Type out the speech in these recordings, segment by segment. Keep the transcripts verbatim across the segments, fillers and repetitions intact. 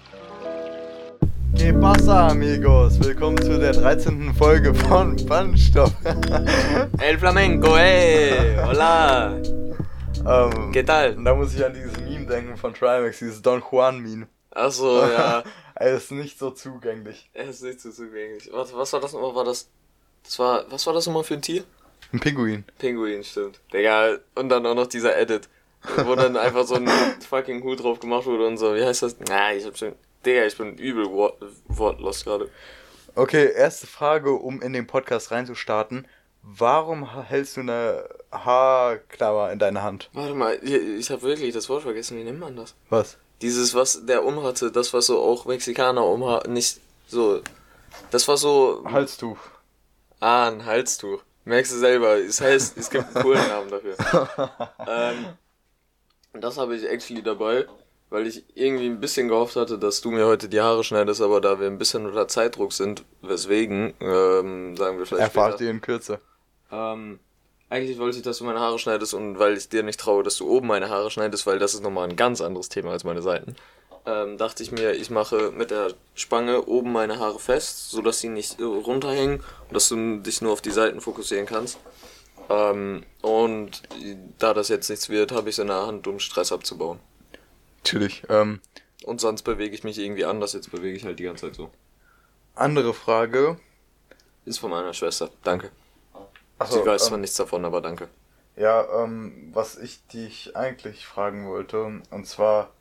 ¿Qué pasa, amigos? Willkommen zu der dreizehnten Folge von Bandstoff. El Flamenco, ey! Hola! ähm, ¿Qué tal? Und da muss ich an dieses Meme denken von Trimax, dieses Don Juan-Meme. Achso, ja. Er ist nicht so zugänglich. Er ist nicht so zugänglich. Was, was war das nochmal? War das. Das war. Was war das nochmal für ein Tier? Ein Pinguin. Pinguin, stimmt. Digga, und dann auch noch dieser Edit, wo dann einfach so ein fucking Hut drauf gemacht wurde und so. Wie heißt das? Na, ich hab schon. Digga, ich bin übel wort, wortlos gerade. Okay, erste Frage, um in den Podcast reinzustarten. Warum hältst du eine Haarklammer in deiner Hand? Warte mal, ich, ich hab wirklich das Wort vergessen. Wie nennt man das? Was? Dieses, was der umhatte, das, was so auch Mexikaner umhatten, nicht so. Das war so. Halstuch. Ah, ein Halstuch. Merkst du selber. Es heißt, es gibt einen coolen Namen dafür. ähm, das habe ich actually dabei, weil ich irgendwie ein bisschen gehofft hatte, dass du mir heute die Haare schneidest, aber da wir ein bisschen unter Zeitdruck sind, weswegen, ähm, sagen wir vielleicht Erfahrt später. ihr in Kürze. Ähm, eigentlich wollte ich, dass du meine Haare schneidest und weil ich dir nicht traue, dass du oben meine Haare schneidest, weil das ist nochmal ein ganz anderes Thema als meine Seiten, ähm, dachte ich mir, ich mache mit der Spange oben meine Haare fest, sodass sie nicht äh, runterhängen und dass du dich nur auf die Seiten fokussieren kannst. Ähm, und da das jetzt nichts wird, habe ich es in der Hand, um Stress abzubauen. Natürlich. Ähm, Und sonst bewege ich mich irgendwie anders, jetzt bewege ich halt die ganze Zeit so. andere Frage. Ist von meiner Schwester, danke. Achso, Sie weiß ähm, zwar nichts davon, aber danke. Ja, ähm, was ich dich eigentlich fragen wollte, und zwar,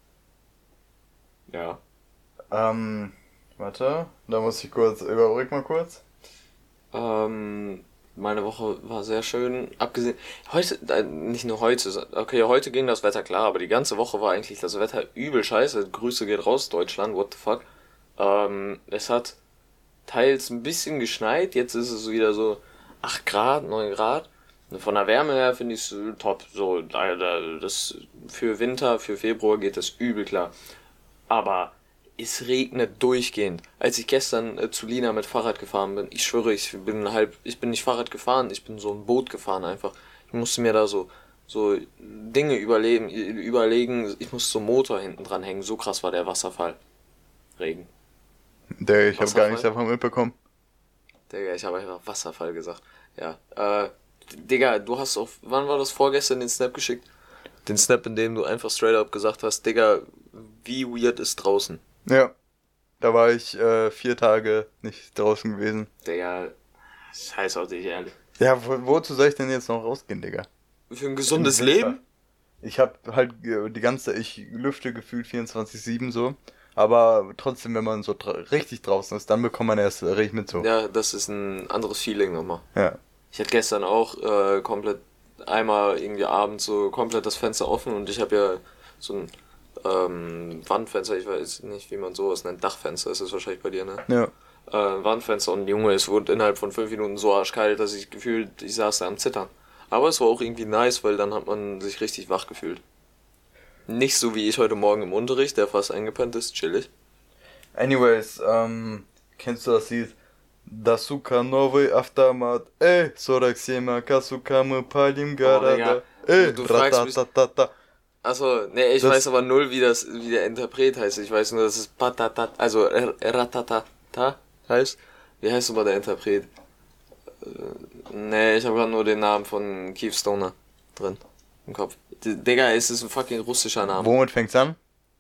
Ja. ähm, warte, da muss ich kurz, überbrück mal kurz. Ähm, meine Woche war sehr schön, abgesehen, heute, äh, nicht nur heute, okay, heute ging das Wetter klar, aber die ganze Woche war eigentlich das Wetter übel scheiße. Grüße geht raus, Deutschland, what the fuck. Ähm, es hat teils ein bisschen geschneit, jetzt ist es wieder so acht Grad, neun Grad. Von der Wärme her finde ich es top, so, da- da- das, für Winter, für Februar geht das übel klar. Aber es regnet durchgehend. Als ich gestern äh, zu Lina mit Fahrrad gefahren bin, ich schwöre, ich bin halb, ich bin nicht Fahrrad gefahren, ich bin so ein Boot gefahren einfach. Ich musste mir da so, so Dinge überleben, überlegen, ich musste so einen Motor hinten dran hängen, so krass war der Wasserfall. Regen. Der, ich habe gar Wasserfall? nichts davon mitbekommen. Digga, ich habe einfach Wasserfall gesagt. Ja, äh, Digga, du hast auf, wann war das, vorgestern den Snap geschickt? Den Snap, in dem du einfach straight up gesagt hast, Digga, wie weird ist draußen? Ja, da war ich äh, vier Tage nicht draußen gewesen. Digga, scheiß auf dich, ehrlich. Ja, wo, wozu soll ich denn jetzt noch rausgehen, Digga? Für ein gesundes Im Winter. Leben? Ich hab halt äh, die ganze, ich lüfte gefühlt vierundzwanzig sieben so, aber trotzdem, wenn man so dra- richtig draußen ist, dann bekommt man erst richtig mit so. Ja, das ist ein anderes Feeling nochmal. Ja. Ich hatte gestern auch äh, komplett, einmal irgendwie abends so komplett das Fenster offen und ich habe ja so ein ähm, Wandfenster, ich weiß nicht, wie man sowas nennt, Dachfenster ist es wahrscheinlich bei dir, ne? Ja. Äh, Wandfenster und Junge, es wurde innerhalb von fünf Minuten so arschkalt, dass ich gefühlt, ich saß da am Zittern. Aber es war auch irgendwie nice, weil dann hat man sich richtig wach gefühlt. Nicht so wie ich heute Morgen im Unterricht, der fast eingepennt ist, chillig. Anyways, ähm, kennst du das Lied? Da suka новый автомат, ey, сорок семь АК, сука, мы палим города, ey, Du- du fragst mich- рататата. Achso, ne, ich Das- weiß aber null, wie das, wie der Interpret heißt. Ich weiß nur, dass es patatat, also r- ratatata heißt. Wie heißt aber der Interpret? Äh, ne, ich habe gerade nur den Namen von Keith Stoner drin im Kopf. D- Digga, es ist ein fucking russischer Name. Womit fängt's an?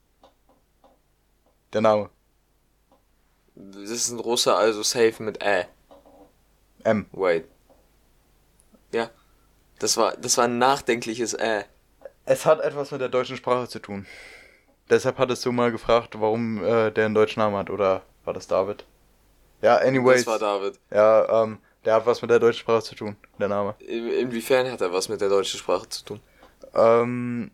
Der Name. Das ist ein Russer, also safe mit Ä. M. Wait. Ja. Das war, das war ein nachdenkliches Ä. Es hat etwas mit der deutschen Sprache zu tun. Deshalb hattest du mal gefragt, warum äh, der einen deutschen Namen hat, oder war das David? Ja, anyways. Das war David. Ja, ähm, der hat was mit der deutschen Sprache zu tun, der Name. In, inwiefern hat er was mit der deutschen Sprache zu tun? Ähm,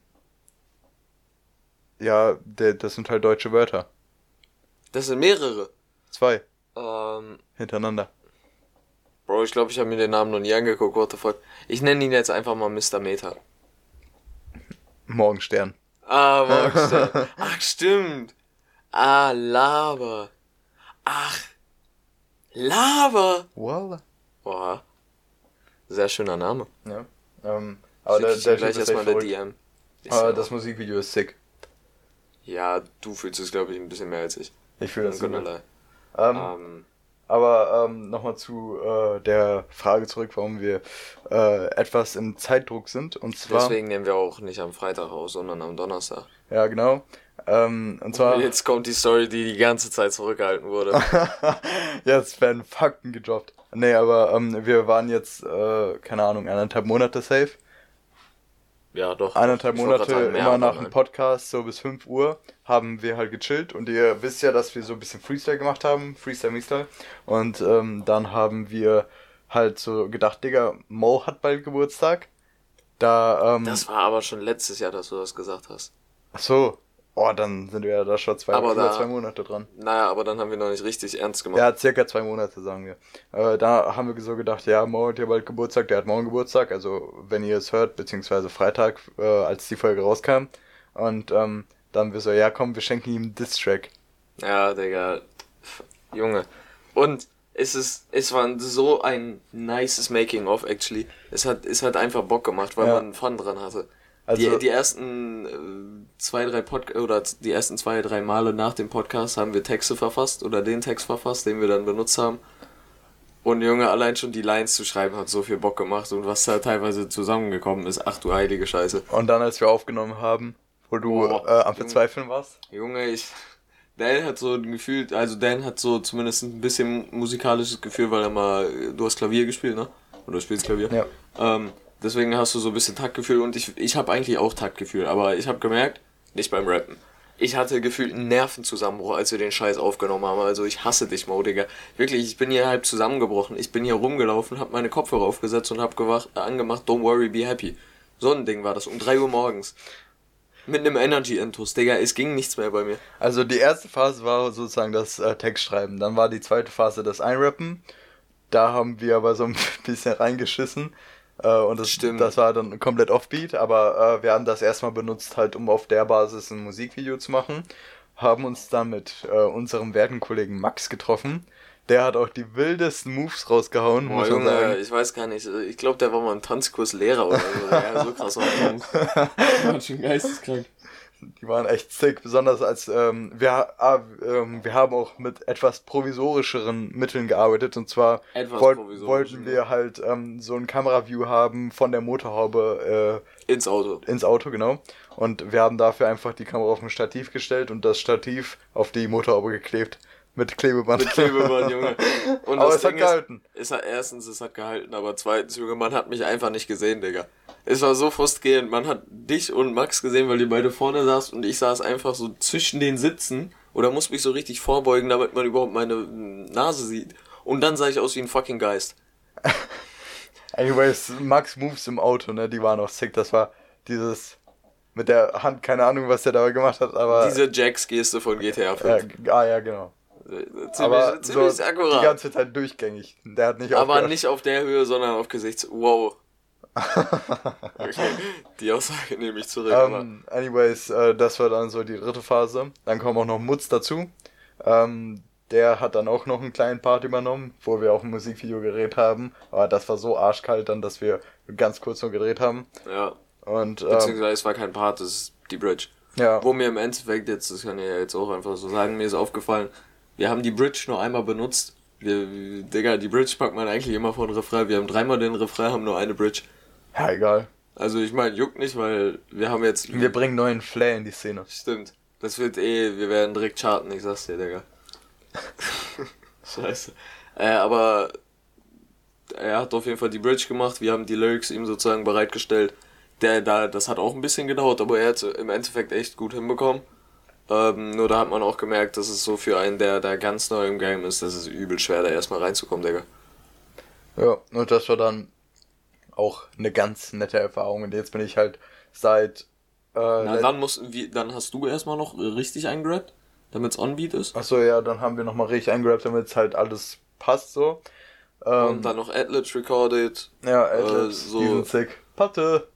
ja, der, das sind halt deutsche Wörter. Das sind mehrere. Zwei, Ähm, hintereinander. Bro, ich glaube, ich habe mir den Namen noch nie angeguckt, what the fuck. Ich nenne ihn jetzt einfach mal Mister Meta. Morgenstern. Ah, Morgenstern. Ach, stimmt. Ah, Lava. Ach, Lava. Voila. Boah. Sehr schöner Name. Ja, ähm, aber der, Schick ich der ihm gleich Typ ist erstmal echt der verrückt. D M. Ist Aber ja das auch- Musikvideo ist sick. Ja, du fühlst es, glaube ich, ein bisschen mehr als ich. Ich fühle das nicht. Ähm, ähm, aber ähm, nochmal zu äh, der Frage zurück, warum wir äh, etwas im Zeitdruck sind. Und zwar. Deswegen nehmen wir auch nicht am Freitag aus, sondern am Donnerstag. Ja, genau. Ähm, und zwar. Jetzt kommt die Story, die die ganze Zeit zurückgehalten wurde. Jetzt werden Fakten gedroppt. Nee, aber ähm, wir waren jetzt, äh, keine Ahnung, eineinhalb Monate safe. Ja, doch. Eineinhalb ich Monate sagen, immer nach dem Podcast, so bis fünf Uhr, haben wir halt gechillt. Und ihr wisst ja, dass wir so ein bisschen Freestyle gemacht haben. Freestyle, Freestyle. Und ähm, dann haben wir halt so gedacht, Digga, Mo hat bald Geburtstag. Da, ähm, das war aber schon letztes Jahr, dass du das gesagt hast. Ach so. Oh, dann sind wir ja da schon zwei, über da, zwei Monate dran. Naja, aber dann haben wir noch nicht richtig ernst gemacht. Ja, circa zwei Monate, sagen wir. Äh, da haben wir so gedacht, ja, Mo hat ja bald Geburtstag, der hat morgen Geburtstag, also wenn ihr es hört, beziehungsweise Freitag, äh, als die Folge rauskam. Und ähm, dann wir so, ja komm, wir schenken ihm einen Diss-Track. Ja, Digga. Junge. Und es ist, es war so ein nices Making-of, actually. Es hat, es hat einfach Bock gemacht, weil ja. man Fun dran hatte. Also die, die ersten äh, zwei, drei Pod oder die ersten zwei, drei Male nach dem Podcast haben wir Texte verfasst oder den Text verfasst, den wir dann benutzt haben. Und Junge, allein schon die Lines zu schreiben hat so viel Bock gemacht und was da teilweise zusammengekommen ist, ach du heilige Scheiße. Und dann, als wir aufgenommen haben, wo du oh, äh, am Verzweifeln warst? Junge, ich... Dan hat so ein Gefühl, also Dan hat so zumindest ein bisschen musikalisches Gefühl, weil er mal, du hast Klavier gespielt, ne? Oder du spielst Klavier? Ja. Ähm, deswegen hast du so ein bisschen Taktgefühl und ich, ich habe eigentlich auch Taktgefühl, aber ich habe gemerkt, nicht beim Rappen. Ich hatte gefühlt einen Nervenzusammenbruch, als wir den Scheiß aufgenommen haben. Also ich hasse dich, Mo, Digga. Wirklich, ich bin hier halb zusammengebrochen. Ich bin hier rumgelaufen, hab meine Kopfhörer aufgesetzt und hab gewacht, äh, angemacht, don't worry, be happy. So ein Ding war das, um drei Uhr morgens. Mit einem Energy-Intus, Digga, es ging nichts mehr bei mir. Also die erste Phase war sozusagen das äh, Textschreiben. Dann war die zweite Phase das Einrappen. Da haben wir aber so ein bisschen reingeschissen. Äh, und das, das war dann komplett offbeat. Aber äh, wir haben das erstmal benutzt, halt um auf der Basis ein Musikvideo zu machen. Haben uns dann mit äh, unserem werten Kollegen Max getroffen. Der hat auch die wildesten Moves rausgehauen, Boah, muss man Junge, sagen. Ich weiß gar nicht. Ich glaube, der war mal ein Tanzkurslehrer oder so. Ja, so krass war der. Der war schon geisteskrank. Die waren echt sick, besonders als ähm, wir, äh, ähm, wir haben auch mit etwas provisorischeren Mitteln gearbeitet. Und zwar wollt, wollten wir halt ähm, so ein Kameraview haben von der Motorhaube äh, ins Auto. Ins Auto, genau. Und wir haben dafür einfach die Kamera auf ein Stativ gestellt und das Stativ auf die Motorhaube geklebt. Mit Klebeband. Mit Klebeband, Junge. Und aber das es Ding hat gehalten. Ist, ist, erstens, es hat gehalten, aber zweitens, Junge, man hat mich einfach nicht gesehen, Digga. Es war so frustrierend. Man hat dich und Max gesehen, weil ihr beide vorne saßt und ich saß einfach so zwischen den Sitzen oder muss mich so richtig vorbeugen, damit man überhaupt meine Nase sieht. Und dann sah ich aus wie ein fucking Geist. Anyways, Max Moves im Auto, ne, die waren auch sick. Das war dieses... Mit der Hand, keine Ahnung, was der dabei gemacht hat, aber... Diese Jax-Geste von G T A fünf. Ja, ah, ja, genau. Ziemlich, aber ziemlich so akkurat. Die ganze Zeit durchgängig. Der hat nicht Aber aufgehört. nicht auf der Höhe, sondern auf Gesichts... Wow. Okay, die Aussage nehme ich zurück. Um, anyways, äh, das war dann so die dritte Phase. Dann kommt auch noch Mutz dazu. Ähm, der hat dann auch noch einen kleinen Part übernommen, wo wir auch ein Musikvideo gedreht haben. Aber das war so arschkalt dann, dass wir ganz kurz nur gedreht haben. Ja. Und, ähm, beziehungsweise es war kein Part, das ist die Bridge. Ja. Wo mir im Endeffekt, jetzt, das kann ich ja jetzt auch einfach so sagen, mir ist aufgefallen, wir haben die Bridge nur einmal benutzt. Wir, Digga, die Bridge packt man eigentlich immer vor den Refrain. Wir haben dreimal den Refrain, haben nur eine Bridge. Ja, egal. Also ich meine, juckt nicht, weil wir haben jetzt... Wir bringen neuen Flair in die Szene. Stimmt. Das wird eh, wir werden direkt charten, ich sag's dir, Digga. Scheiße. Äh, aber er hat auf jeden Fall die Bridge gemacht, wir haben die Lyrics ihm sozusagen bereitgestellt. Der, da, das hat auch ein bisschen gedauert, aber er hat es im Endeffekt echt gut hinbekommen. Ähm, nur da hat man auch gemerkt, dass es so für einen, der da ganz neu im Game ist, das ist übel schwer, da erstmal reinzukommen, Digga. Ja, und das war dann auch eine ganz nette Erfahrung. Und jetzt bin ich halt seit... Äh, Na, dann, musst, wie, dann hast du erstmal noch richtig eingerappt, damit es on-beat ist. Achso, ja, dann haben wir nochmal richtig eingerappt, damit es halt alles passt so. Ähm, und dann noch Adlibs recorded. Ja, Adlibs, äh, so. Die sind sick. Patte.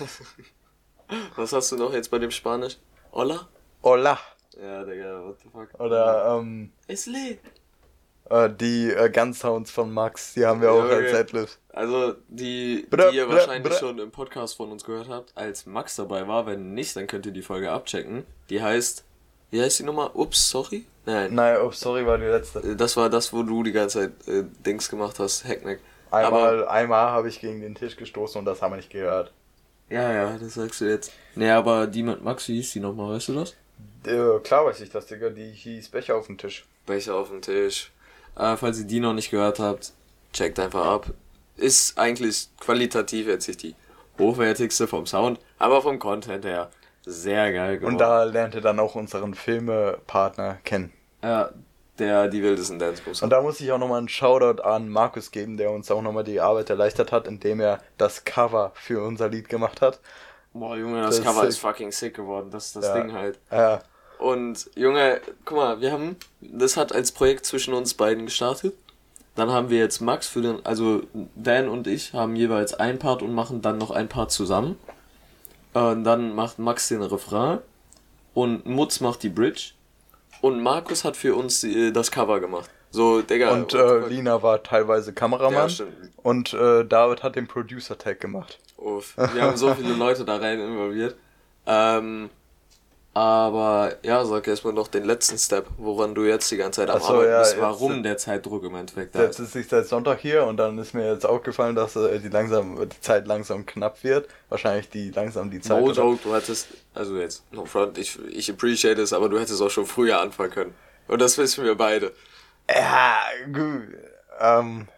Was hast du noch jetzt bei dem Spanisch? Hola? Hola. Ja, Digga, what the fuck. Oder, ähm... Isle. Äh, die äh, Gun-Sounds von Max, die haben wir auch ja, okay. als Adlibs. Also, die, bra, die ihr bra, wahrscheinlich bra. schon im Podcast von uns gehört habt, als Max dabei war. Wenn nicht, dann könnt ihr die Folge abchecken. Die heißt Wie heißt die nochmal? Ups, sorry? Nein. Nein, Ups, sorry war die letzte. Das war das, wo du die ganze Zeit äh, Dings gemacht hast, Hackneck. Einmal, aber, einmal habe ich gegen den Tisch gestoßen und das haben wir nicht gehört. Ja, ja, das sagst du jetzt. Nee, aber die mit Max, wie hieß die nochmal, weißt du das? Äh, klar weiß ich das, Digga. Die hieß Becher auf dem Tisch. Becher auf dem Tisch. Äh, falls ihr die noch nicht gehört habt, checkt einfach ab. Ist eigentlich qualitativ jetzt nicht die hochwertigste vom Sound, aber vom Content her sehr geil geworden. Und da lernt ihr dann auch unseren Filmepartner kennen. Ja, der die wildesten Dance Moves. Und da muss ich auch nochmal einen Shoutout an Markus geben, der uns auch nochmal die Arbeit erleichtert hat, indem er das Cover für unser Lied gemacht hat. Boah, Junge, das, das Cover ist, ist fucking sick geworden. Das ist das ja. Ding halt. Ja. Und, Junge, guck mal, wir haben, das hat als Projekt zwischen uns beiden gestartet. Dann haben wir jetzt Max für den, also Dan und ich haben jeweils ein Part und machen dann noch ein Part zusammen. Und dann macht Max den Refrain und Mutz macht die Bridge. Und Markus hat für uns die, das Cover gemacht. So, Digga. Und äh, Lina war teilweise Kameramann. Ja, und äh, David hat den Producer-Tag gemacht. Uff, wir haben so viele Leute da rein involviert. Ähm, aber ja, sag erstmal noch den letzten Step, woran du jetzt die ganze Zeit am so, Arbeiten ja, bist, warum jetzt, der Zeitdruck im Endeffekt da ist. Jetzt ist ich seit Sonntag hier und dann ist mir jetzt aufgefallen, dass äh, die, langsam, die Zeit langsam knapp wird. Wahrscheinlich die langsam die Zeit. No joke, du hättest, also jetzt, no front, ich, ich appreciate es, aber du hättest auch schon früher anfangen können. Und das wissen wir beide. Ja, gut. Ähm...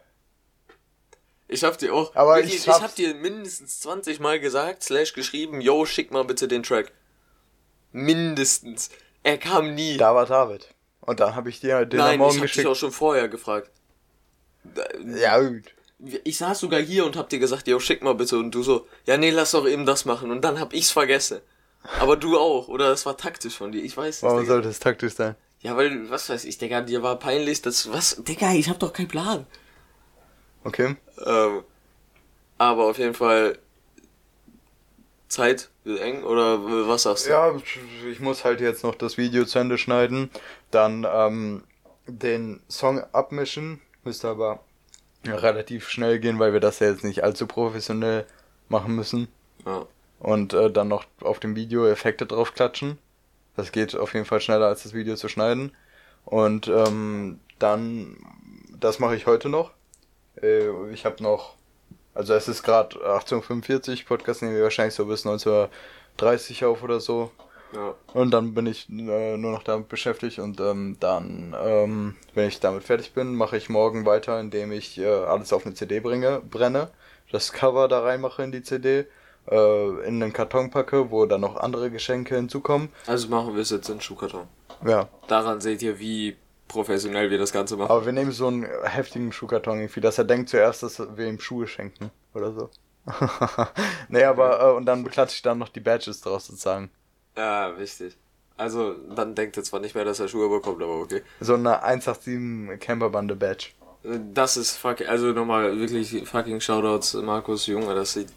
Ich hab dir auch, aber ich, ich, ich hab dir mindestens zwanzig Mal gesagt, slash geschrieben, yo, schick mal bitte den Track. Mindestens. Er kam nie. Da war David. Und dann habe ich dir den Nein, am Morgen ich hab geschickt. dich auch schon vorher gefragt. Ja, gut. Ich saß sogar hier und hab dir gesagt, yo, schick mal bitte. Und du so, ja, nee, lass doch eben das machen. Und dann hab ich's vergessen. Aber du auch, oder? Das war taktisch von dir, ich weiß nicht. Warum sollte es taktisch sein? Ja, weil, was weiß ich, Digga, dir war peinlich, das, was, Digga, ich hab doch keinen Plan. Okay. Ähm, aber auf jeden Fall, Zeit wird eng, oder was sagst du? Ja, ich muss halt jetzt noch das Video zu Ende schneiden, dann ähm, den Song abmischen, müsste aber relativ schnell gehen, weil wir das ja jetzt nicht allzu professionell machen müssen. Ja. Und äh, dann noch auf dem Video Effekte drauf klatschen. Das geht auf jeden Fall schneller, als das Video zu schneiden. Und ähm, dann, das mache ich heute noch. Äh, ich habe noch, also es ist gerade achtzehn Uhr fünfundvierzig, Podcast nehmen wir wahrscheinlich so bis neunzehn Uhr dreißig auf oder so. Ja. Und dann bin ich äh, nur noch damit beschäftigt und ähm, dann, ähm, wenn ich damit fertig bin, mache ich morgen weiter, indem ich äh, alles auf eine C D bringe, brenne, das Cover da reinmache in die C D, äh, in einen Karton packe, wo dann noch andere Geschenke hinzukommen. Also machen wir es jetzt in Schuhkarton. Ja. Daran seht ihr, wie professionell wir das Ganze machen. Aber wir nehmen so einen heftigen Schuhkarton irgendwie, dass er denkt zuerst, dass wir ihm Schuhe schenken oder so. Nee, aber äh, und dann klatsche ich dann noch die Badges draus sozusagen. Ja, wichtig. Also, dann denkt er zwar nicht mehr, dass er Schuhe bekommt, aber okay. So eine eins acht sieben Camperbande Badge. Das ist fucking, also nochmal wirklich fucking Shoutouts, Markus, Junge, das sieht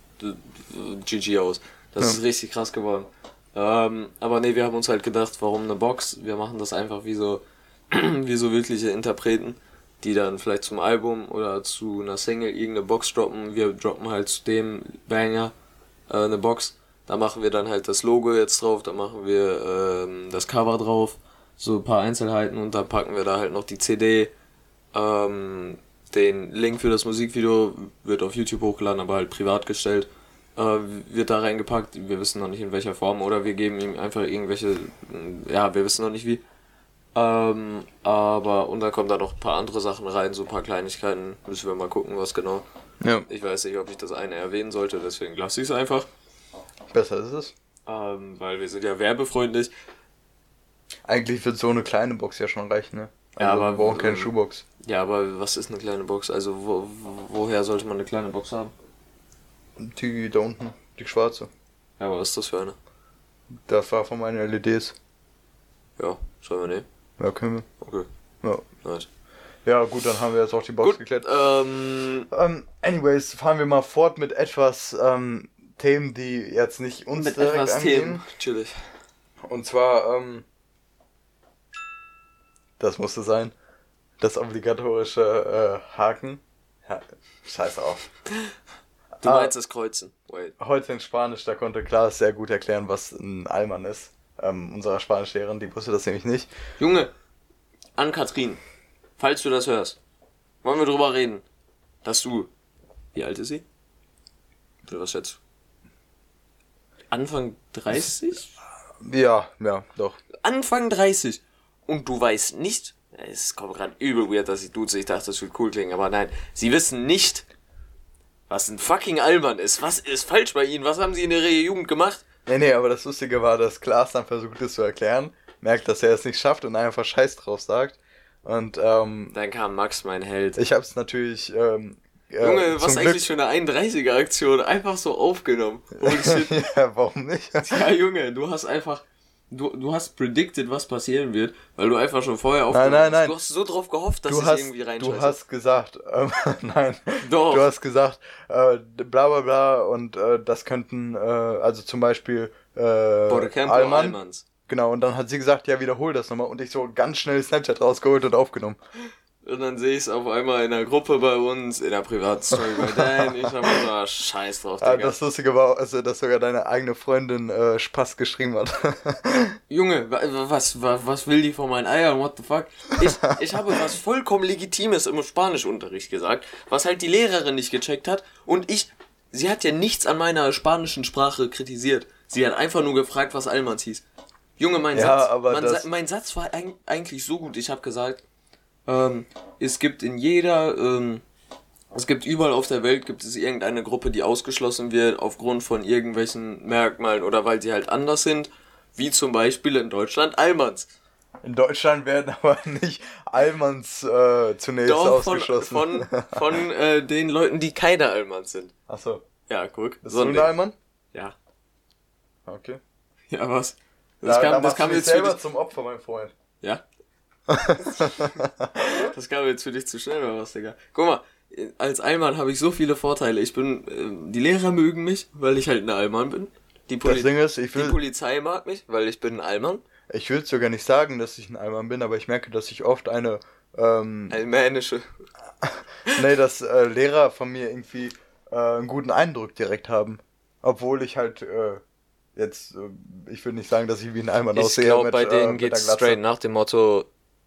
G G aus. Das ja. ist richtig krass geworden. Ähm, aber nee, wir haben uns halt gedacht, warum eine Box? Wir machen das einfach wie so, wie so wirkliche Interpreten, die dann vielleicht zum Album oder zu einer Single irgendeine Box droppen. Wir droppen halt zu dem Banger äh, eine Box. Da machen wir dann halt das Logo jetzt drauf, da machen wir ähm, das Cover drauf, so ein paar Einzelheiten und dann packen wir da halt noch die C D. Ähm, den Link für das Musikvideo wird auf YouTube hochgeladen, aber halt privat gestellt. Äh, wird da reingepackt, wir wissen noch nicht in welcher Form oder wir geben ihm einfach irgendwelche, ja, wir wissen noch nicht wie. Ähm, aber, und dann kommen da noch ein paar andere Sachen rein, so ein paar Kleinigkeiten, müssen wir mal gucken, was genau. Ja. Ich weiß nicht, ob ich das eine erwähnen sollte, deswegen lasse ich es einfach. Besser ist es. Ähm, weil wir sind ja werbefreundlich. Eigentlich wird so eine kleine Box ja schon reichen, ne? Also ja, aber wir brauchen keine Schuhbox. Ja, aber was ist eine kleine Box? Also wo, woher sollte man eine kleine Box haben? Die da unten, die schwarze. Ja, was ist das für eine? Das war von meinen L E Ds. Ja, sollen wir nehmen? Ja, können wir. Okay. Ja. Nice. Ja, gut, dann haben wir jetzt auch die Box gut, geklärt. Ähm, ähm, anyways, fahren wir mal fort mit etwas ähm, Themen, die jetzt nicht uns mit direkt etwas angehen. Themen, natürlich. Und zwar, ähm, das musste sein, das obligatorische äh, Haken. Ja, scheiß auf. Du meinst das Kreuzen. Wait. Heute in Spanisch, da konnte Klaas sehr gut erklären, was ein Allmann ist. ähm, unserer Spanischlehrerin, die wusste das nämlich nicht. Junge, Ann-Kathrin, falls du das hörst, wollen wir drüber reden, dass du, wie alt ist sie? Oder was schätzt du? Anfang dreißig? Ja, ja, doch. Anfang dreißig. Und du weißt nicht, es kommt gerade übel weird, dass ich duze, ich dachte, das wird cool klingen, aber nein, sie wissen nicht, was ein fucking Allmann ist. Was ist falsch bei ihnen? Was haben sie in ihrer Jugend gemacht? Nee, nee, aber das Lustige war, dass Klaas dann versucht, es zu erklären, merkt, dass er es nicht schafft und einfach Scheiß drauf sagt. Und, ähm... Dann kam Max, mein Held. Ich hab's natürlich, ähm... Junge, äh, was eigentlich für eine einunddreißiger-Aktion? Einfach so aufgenommen. Ja, warum nicht? Ja, Junge, du hast einfach... Du, du hast predicted, was passieren wird, weil du einfach schon vorher aufgenommen nein, nein, nein. Du hast so drauf gehofft, dass du ich hast, irgendwie reinscheiße. Du hast gesagt, ähm, nein, Doch. Du hast gesagt, äh, bla bla bla und äh, das könnten, äh, also zum Beispiel, äh, Allmann. Allmanns. Genau, und dann hat sie gesagt, ja, wiederhol das nochmal und ich so ganz schnell Snapchat rausgeholt und aufgenommen. Und dann sehe ich es auf einmal in der Gruppe bei uns, in der Privatstory bei Dan. Ich hab mir so, ah, scheiß drauf, Digga. Ja, das Lustige war, also, dass sogar deine eigene Freundin äh, Spaß geschrieben hat. Junge, was, was, was will die von meinen Eiern? What the fuck? Ich, ich habe was vollkommen Legitimes im Spanischunterricht gesagt, was halt die Lehrerin nicht gecheckt hat. Und ich, sie hat ja nichts an meiner spanischen Sprache kritisiert. Sie hat einfach nur gefragt, was Allmanns hieß. Junge, mein, ja, Satz, aber mein, das... mein Satz war eigentlich so gut. Ich habe gesagt... Ähm, es gibt in jeder, ähm, es gibt überall auf der Welt gibt es irgendeine Gruppe, die ausgeschlossen wird aufgrund von irgendwelchen Merkmalen oder weil sie halt anders sind, wie zum Beispiel in Deutschland Allmanns. In Deutschland werden aber nicht Allmanns äh, zunächst Doch, ausgeschlossen. Von, von, von äh, den Leuten, die keine Allmanns sind. Ach so. Ja, guck. Bist du ein Allmann? Ja. Okay. Ja, was? Das da, kam, da das kam du jetzt selber dich... zum Opfer, mein Freund. Ja. Das kam jetzt für dich zu schnell, oder was, Digga? Guck mal, als Allmann habe ich so viele Vorteile. Ich bin, äh, die Lehrer mögen mich, weil ich halt ein Allmann bin. Die, Poli- das Ding ist, ich will, die Polizei mag mich, weil ich bin ein Allmann. Ich will sogar nicht sagen, dass ich ein Allmann bin, aber ich merke, dass ich oft eine, ähm... Allmännische. Nee, dass äh, Lehrer von mir irgendwie äh, einen guten Eindruck direkt haben. Obwohl ich halt, äh, jetzt, äh, ich will nicht sagen, dass ich wie ein Allmann ich aussehe. Ich glaube, bei denen äh, geht's straight nach dem Motto...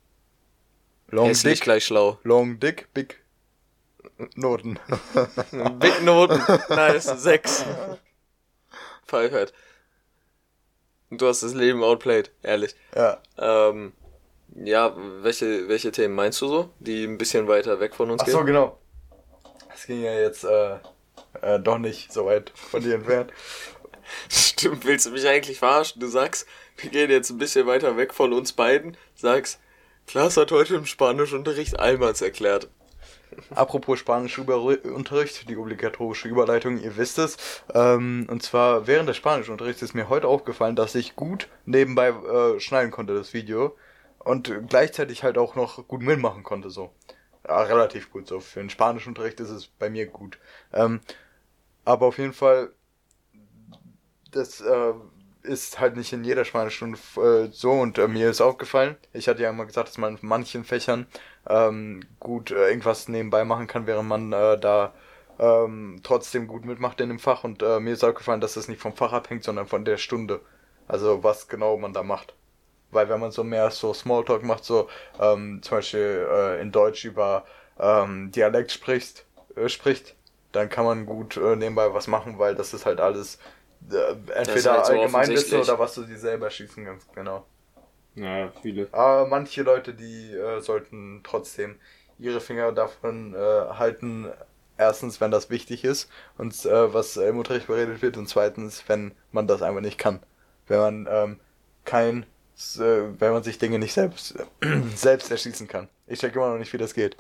Long ist dick, nicht gleich schlau. Long dick, big Noten. Big Noten. Nice. Sechs. Pfeifert. Und du hast das Leben outplayed, ehrlich. Ja. Ähm, ja, welche, welche Themen meinst du so, die ein bisschen weiter weg von uns Ach gehen? Ach so, genau. Das ging ja jetzt äh, äh, doch nicht so weit von dir entfernt. Stimmt, willst du mich eigentlich verarschen? Du sagst, wir gehen jetzt ein bisschen weiter weg von uns beiden, sagst, Klaas hat heute im Spanischunterricht Allmanns erklärt. Apropos Spanischunterricht, die obligatorische Überleitung, ihr wisst es. Ähm, und zwar während des Spanischunterrichts ist mir heute aufgefallen, dass ich gut nebenbei äh, schneiden konnte, das Video. Und gleichzeitig halt auch noch gut mitmachen konnte, so. Ja, relativ gut, so. Für den Spanischunterricht ist es bei mir gut. Ähm, aber auf jeden Fall, das äh, ist halt nicht in jeder Spanischstunde äh, so. Und äh, mir ist aufgefallen, ich hatte ja immer gesagt, dass man in manchen Fächern ähm, gut äh, irgendwas nebenbei machen kann, während man äh, da ähm, trotzdem gut mitmacht in dem Fach. Und äh, mir ist aufgefallen, dass das nicht vom Fach abhängt, sondern von der Stunde. Also was genau man da macht. Weil wenn man so mehr so Smalltalk macht, so ähm, zum Beispiel äh, in Deutsch über ähm, Dialekt spricht, äh, spricht, dann kann man gut äh, nebenbei was machen, weil das ist halt alles äh, entweder halt so Allgemeinwissen oder was du dir selber schießen kannst, genau. Ja, viele. Aber manche Leute, die äh, sollten trotzdem ihre Finger davon äh, halten, erstens, wenn das wichtig ist und äh, was im Unterricht beredet wird, und zweitens, wenn man das einfach nicht kann. Wenn man ähm, kein wenn man sich Dinge nicht selbst selbst erschließen kann. Ich check immer noch nicht, wie das geht.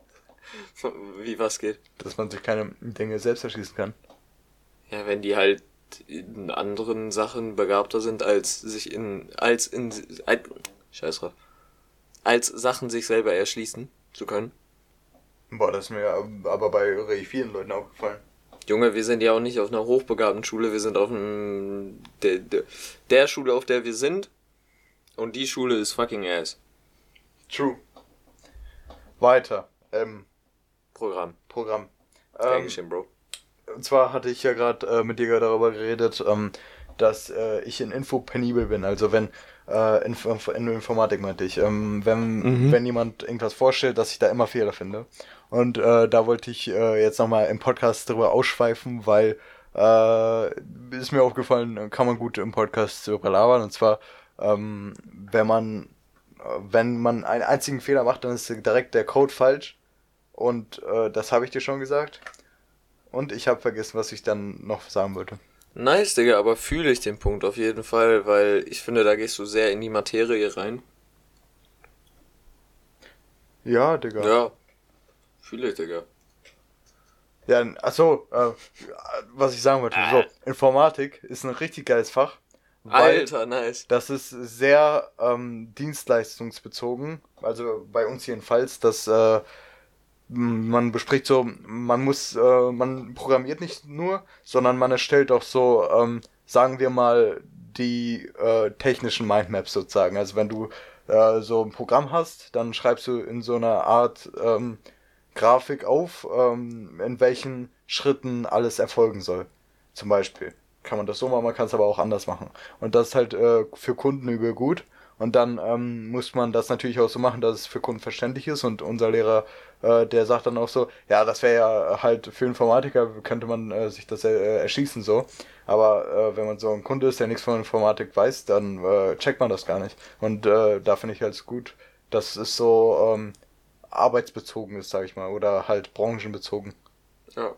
Wie was geht? Dass man sich keine Dinge selbst erschließen kann. Ja, wenn die halt in anderen Sachen begabter sind, als sich in, als in, als, scheiß drauf, als Sachen sich selber erschließen zu können. Boah, das ist mir aber bei richtig vielen Leuten aufgefallen. Junge, wir sind ja auch nicht auf einer hochbegabten Schule, wir sind auf einem, der, der, der Schule, auf der wir sind. Und die Schule ist fucking ass. True. Weiter. Ähm, Programm. Programm. Ähm, Bro. Und zwar hatte ich ja gerade äh, mit dir darüber geredet, ähm, dass äh, ich in Info penibel bin. Also wenn, äh, in, in Informatik meinte ich, ähm, wenn, mhm. wenn jemand irgendwas vorstellt, dass ich da immer Fehler finde. Und äh, da wollte ich äh, jetzt nochmal im Podcast darüber ausschweifen, weil äh, ist mir aufgefallen, kann man gut im Podcast darüber labern. Und zwar, ähm, wenn man wenn man einen einzigen Fehler macht, dann ist direkt der Code falsch. Und äh, das habe ich dir schon gesagt. Und ich habe vergessen, was ich dann noch sagen wollte. Nice, Digga, aber fühle ich den Punkt auf jeden Fall, weil ich finde, da gehst du sehr in die Materie rein. Ja, Digga. Ja, fühle ich, Digga. Ja, achso, äh, was ich sagen wollte. Ah. So, Informatik ist ein richtig geiles Fach. Alter, nice. Das ist sehr ähm, dienstleistungsbezogen. Also bei uns jedenfalls, dass äh, man bespricht so, man muss, äh, man programmiert nicht nur, sondern man erstellt auch so, ähm, sagen wir mal, die äh, technischen Mindmaps sozusagen. Also wenn du äh, so ein Programm hast, dann schreibst du in so einer Art ähm, Grafik auf, ähm, in welchen Schritten alles erfolgen soll. Zum Beispiel. Kann man das so machen, man kann es aber auch anders machen. Und das ist halt äh, für Kunden übel gut. Und dann ähm, muss man das natürlich auch so machen, dass es für Kunden verständlich ist. Und unser Lehrer, äh, der sagt dann auch so, ja, das wäre ja halt für Informatiker, könnte man äh, sich das äh, erschießen so. Aber äh, wenn man so ein Kunde ist, der nichts von Informatik weiß, dann äh, checkt man das gar nicht. Und äh, da finde ich halt gut, dass es so ähm, arbeitsbezogen ist, sag ich mal. Oder halt branchenbezogen. Ja.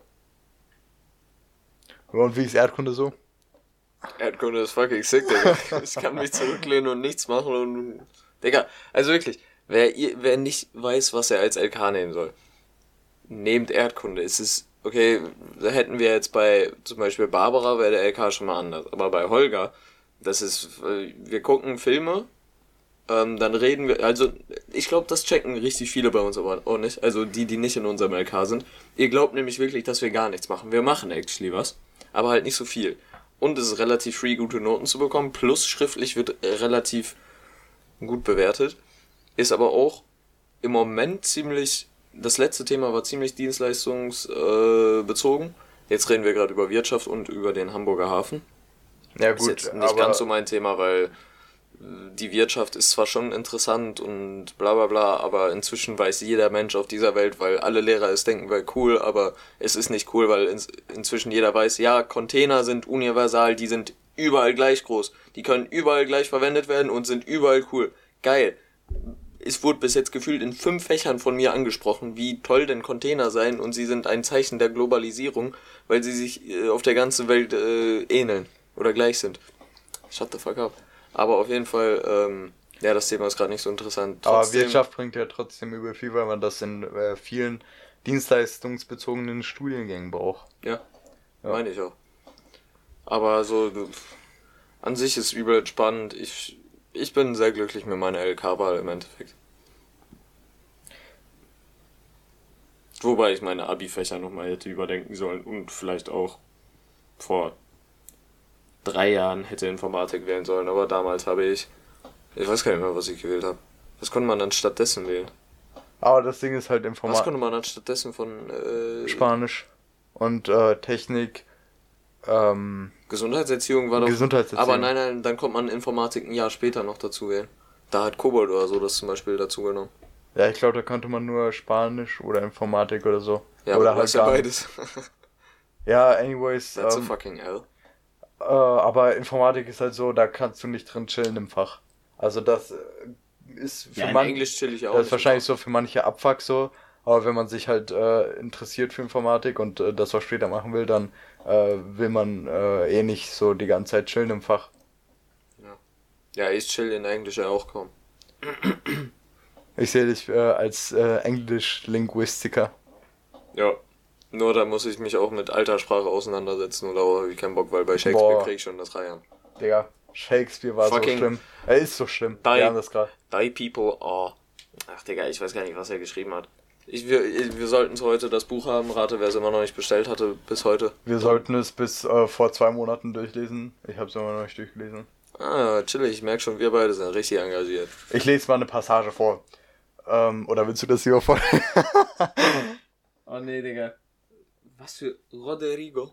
Und wie ist Erdkunde so? Erdkunde ist fucking sick, Digga. Ich kann mich zurücklehnen und nichts machen und... Digga, also wirklich, wer, wer nicht weiß, was er als L K nehmen soll, nehmt Erdkunde. Es ist, okay, da hätten wir jetzt bei, zum Beispiel Barbara, wäre der L K schon mal anders. Aber bei Holger, das ist, wir gucken Filme, ähm, dann reden wir, also ich glaube, das checken richtig viele bei uns aber auch nicht. Also die, die nicht in unserem L K sind. Ihr glaubt nämlich wirklich, dass wir gar nichts machen. Wir machen actually was, aber halt nicht so viel. Und es ist relativ free, gute Noten zu bekommen. Plus schriftlich wird relativ gut bewertet. Ist aber auch im Moment ziemlich... Das letzte Thema war ziemlich dienstleistungsbezogen. Äh, Jetzt reden wir gerade über Wirtschaft und über den Hamburger Hafen. Ja gut, ist jetzt nicht ganz so mein Thema, weil die Wirtschaft ist zwar schon interessant und bla bla bla, aber inzwischen weiß jeder Mensch auf dieser Welt, weil alle Lehrer es denken, weil cool, aber es ist nicht cool, weil in, inzwischen jeder weiß, ja, Container sind universal, die sind überall gleich groß, die können überall gleich verwendet werden und sind überall cool. Geil. Es wurde bis jetzt gefühlt in fünf Fächern von mir angesprochen, wie toll denn Container seien, und sie sind ein Zeichen der Globalisierung, weil sie sich äh, auf der ganzen Welt äh, ähneln oder gleich sind. Shut the fuck up. Aber auf jeden Fall, ähm, ja, das Thema ist gerade nicht so interessant. Trotzdem, aber Wirtschaft bringt ja trotzdem übel viel, weil man das in äh, vielen dienstleistungsbezogenen Studiengängen braucht. Ja, ja, meine ich auch. Aber so, an sich ist übel entspannt. Ich, ich bin sehr glücklich mit meiner L K-Wahl im Endeffekt. Wobei ich meine Abi-Fächer nochmal hätte überdenken sollen und vielleicht auch vor drei Jahren hätte Informatik wählen sollen, aber damals habe ich, ich weiß gar nicht mehr, was ich gewählt habe. Was konnte man dann stattdessen wählen? Aber das Ding ist halt Informatik. Was konnte man dann stattdessen von... Äh, Spanisch und äh, Technik, ähm... Gesundheitserziehung war doch... Gesundheitserziehung. Aber nein, nein, dann kommt man Informatik ein Jahr später noch dazu wählen. Da hat Kobold oder so das zum Beispiel dazu genommen. Ja, ich glaube, da konnte man nur Spanisch oder Informatik oder so. Ja, oder aber halt ja beides. Ja, anyways... That's ähm, a fucking L. Äh, aber Informatik ist halt so, da kannst du nicht drin chillen im Fach. Also das ist für ja, man, Englisch chill ich auch. Das ist wahrscheinlich so für manche Abfuck so, aber wenn man sich halt äh, interessiert für Informatik und äh, das auch später machen will, dann äh, will man äh, eh nicht so die ganze Zeit chillen im Fach. Ja, ja, ich chill in Englisch ja auch kaum. Ich sehe dich äh, als äh, Englisch-Linguistiker. Ja. Nur da muss ich mich auch mit alter Sprache auseinandersetzen oder auch habe ich keinen Bock, weil bei Shakespeare krieg ich schon das Reihen. Digga, Shakespeare war Fucking so schlimm. Er ist so schlimm. Die, Wir haben das gerade. Die people are... Ach Digga, ich weiß gar nicht, was er geschrieben hat. Ich, wir wir sollten es heute das Buch haben. Rate, wer es immer noch nicht bestellt hatte bis heute. Wir sollten es bis äh, vor zwei Monaten durchlesen. Ich habe es immer noch nicht durchgelesen. Ah, chillig. Ich merke schon, wir beide sind richtig engagiert. Ich lese mal eine Passage vor. Ähm, oder willst du das lieber vor? Oh nee, Digga. Was für Roderigo?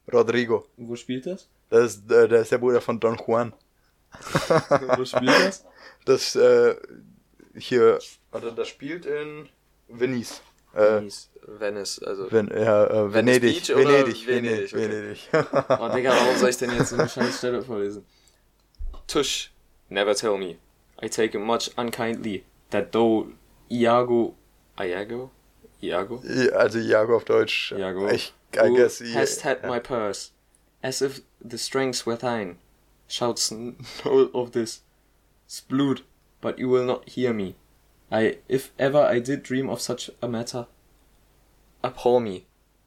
Rodrigo. Wo spielt das? Das ist, äh, der ist der Bruder von Don Juan. Wo spielt das? Das, äh, hier, warte, das spielt in Venice. Äh, Venice, Venice, also. Ven, ja, äh, Venedig, Beach Venedig, Venedig, Venedig, okay. Venedig. Oh, Digga, warum soll ich denn jetzt so eine scheiß Stelle vorlesen? Tush, never tell me. I take it much unkindly that though Iago, Iago? Iago? Also Iago auf Deutsch. Iago. Ich, I Who guess, hast had ja. my purse, as if the strengths were thine. Shouts no of this. Sploot, but you will not hear me. I, if ever I did dream of such a matter, abhor me.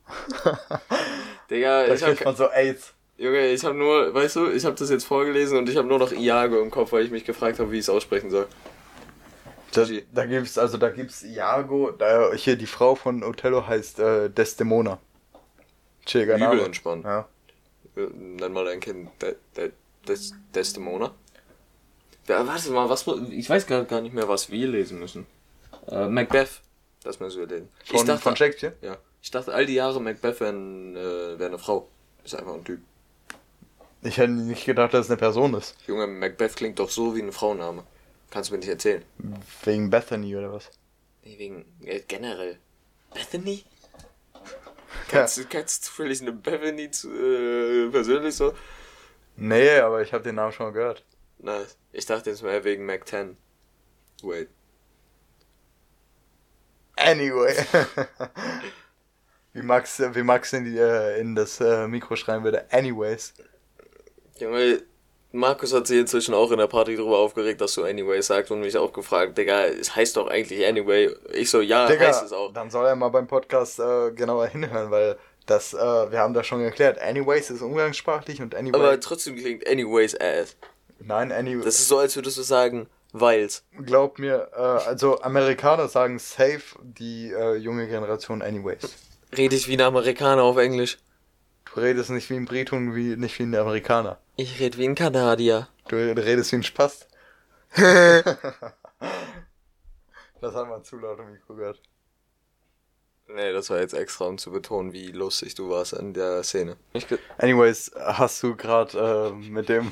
Digga, Da ich hab, kriegt man so AIDS. Junge, ich hab nur, weißt du, ich hab das jetzt vorgelesen und ich hab nur noch Iago im Kopf, weil ich mich gefragt habe, wie ich es aussprechen soll. Da, da gibt's, also da gibt's Iago, da hier die Frau von Othello heißt äh, Desdemona. Chilliger Name. Übel entspannt. Ja. Nenn mal dein Kind De, De, Des, Desdemona. Ja, warte mal, was, ich weiß gar, gar nicht mehr, was wir lesen müssen. Äh, Macbeth, das müssen wir lesen. Von, ich dachte, von Shakespeare? Ja. Ich dachte, all die Jahre Macbeth wäre äh, wär eine Frau. Ist einfach ein Typ. Ich hätte nicht gedacht, dass es eine Person ist. Junge, Macbeth klingt doch so wie ein Frauenname. Kannst du mir nicht erzählen. Wegen Bethany oder was? Nee, wegen, äh, generell. Bethany? Ja. Kennst, du, kennst du zufällig eine Bethany zu, äh, persönlich so? Nee, aber ich habe den Namen schon mal gehört. Nice. Ich dachte jetzt mal wegen Mac zehn. Wait. Anyway. wie Max, wie Max in, die, äh, in das äh, Mikro schreiben würde. Anyways. Junge, Markus hat sich inzwischen auch in der Party darüber aufgeregt, dass du Anyway sagst und mich auch gefragt, Digga, es heißt doch eigentlich Anyway. Ich so, ja, Digga, heißt es auch. dann soll er mal beim Podcast äh, genauer hinhören, weil das, äh, wir haben das schon geklärt. Anyways ist umgangssprachlich und anyway... Aber trotzdem klingt Anyways ass. Nein, anyway... Das ist so, als würdest du sagen, weil's. Glaub mir, äh, also Amerikaner sagen safe, die äh, junge Generation anyways. Rede ich wie ein Amerikaner auf Englisch. Du redest nicht wie ein Brit und wie, nicht wie ein Amerikaner. Ich rede wie ein Kanadier. Du redest wie ein Spast. Das haben wir zu laut im Mikro gehört. Nee, das war jetzt extra, um zu betonen, wie lustig du warst in der Szene. Anyways, hast du gerade äh, mit dem...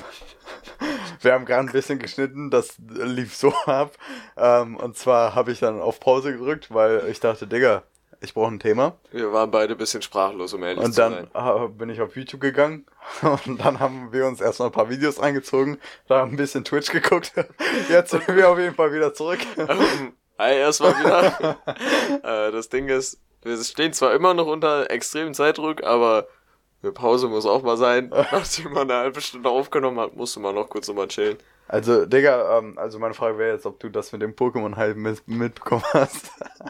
Wir haben gerade ein bisschen geschnitten, das lief so ab. Ähm, und zwar habe ich dann auf Pause gedrückt, weil ich dachte, Digga, ich brauche ein Thema. Wir waren beide ein bisschen sprachlos, um ehrlich und zu sein. Und dann äh, bin ich auf YouTube gegangen und dann haben wir uns erstmal ein paar Videos reingezogen, da haben ein bisschen Twitch geguckt. Jetzt sind wir auf jeden Fall wieder zurück. Um, hey, erstmal wieder. äh, das Ding ist, wir stehen zwar immer noch unter extremem Zeitdruck, aber eine Pause muss auch mal sein. Nachdem man eine halbe Stunde aufgenommen hat, musste man noch kurz nochmal chillen. Also, Digga, ähm, also meine Frage wäre jetzt, ob du das mit dem Pokémon-Hype mit, mitbekommen hast.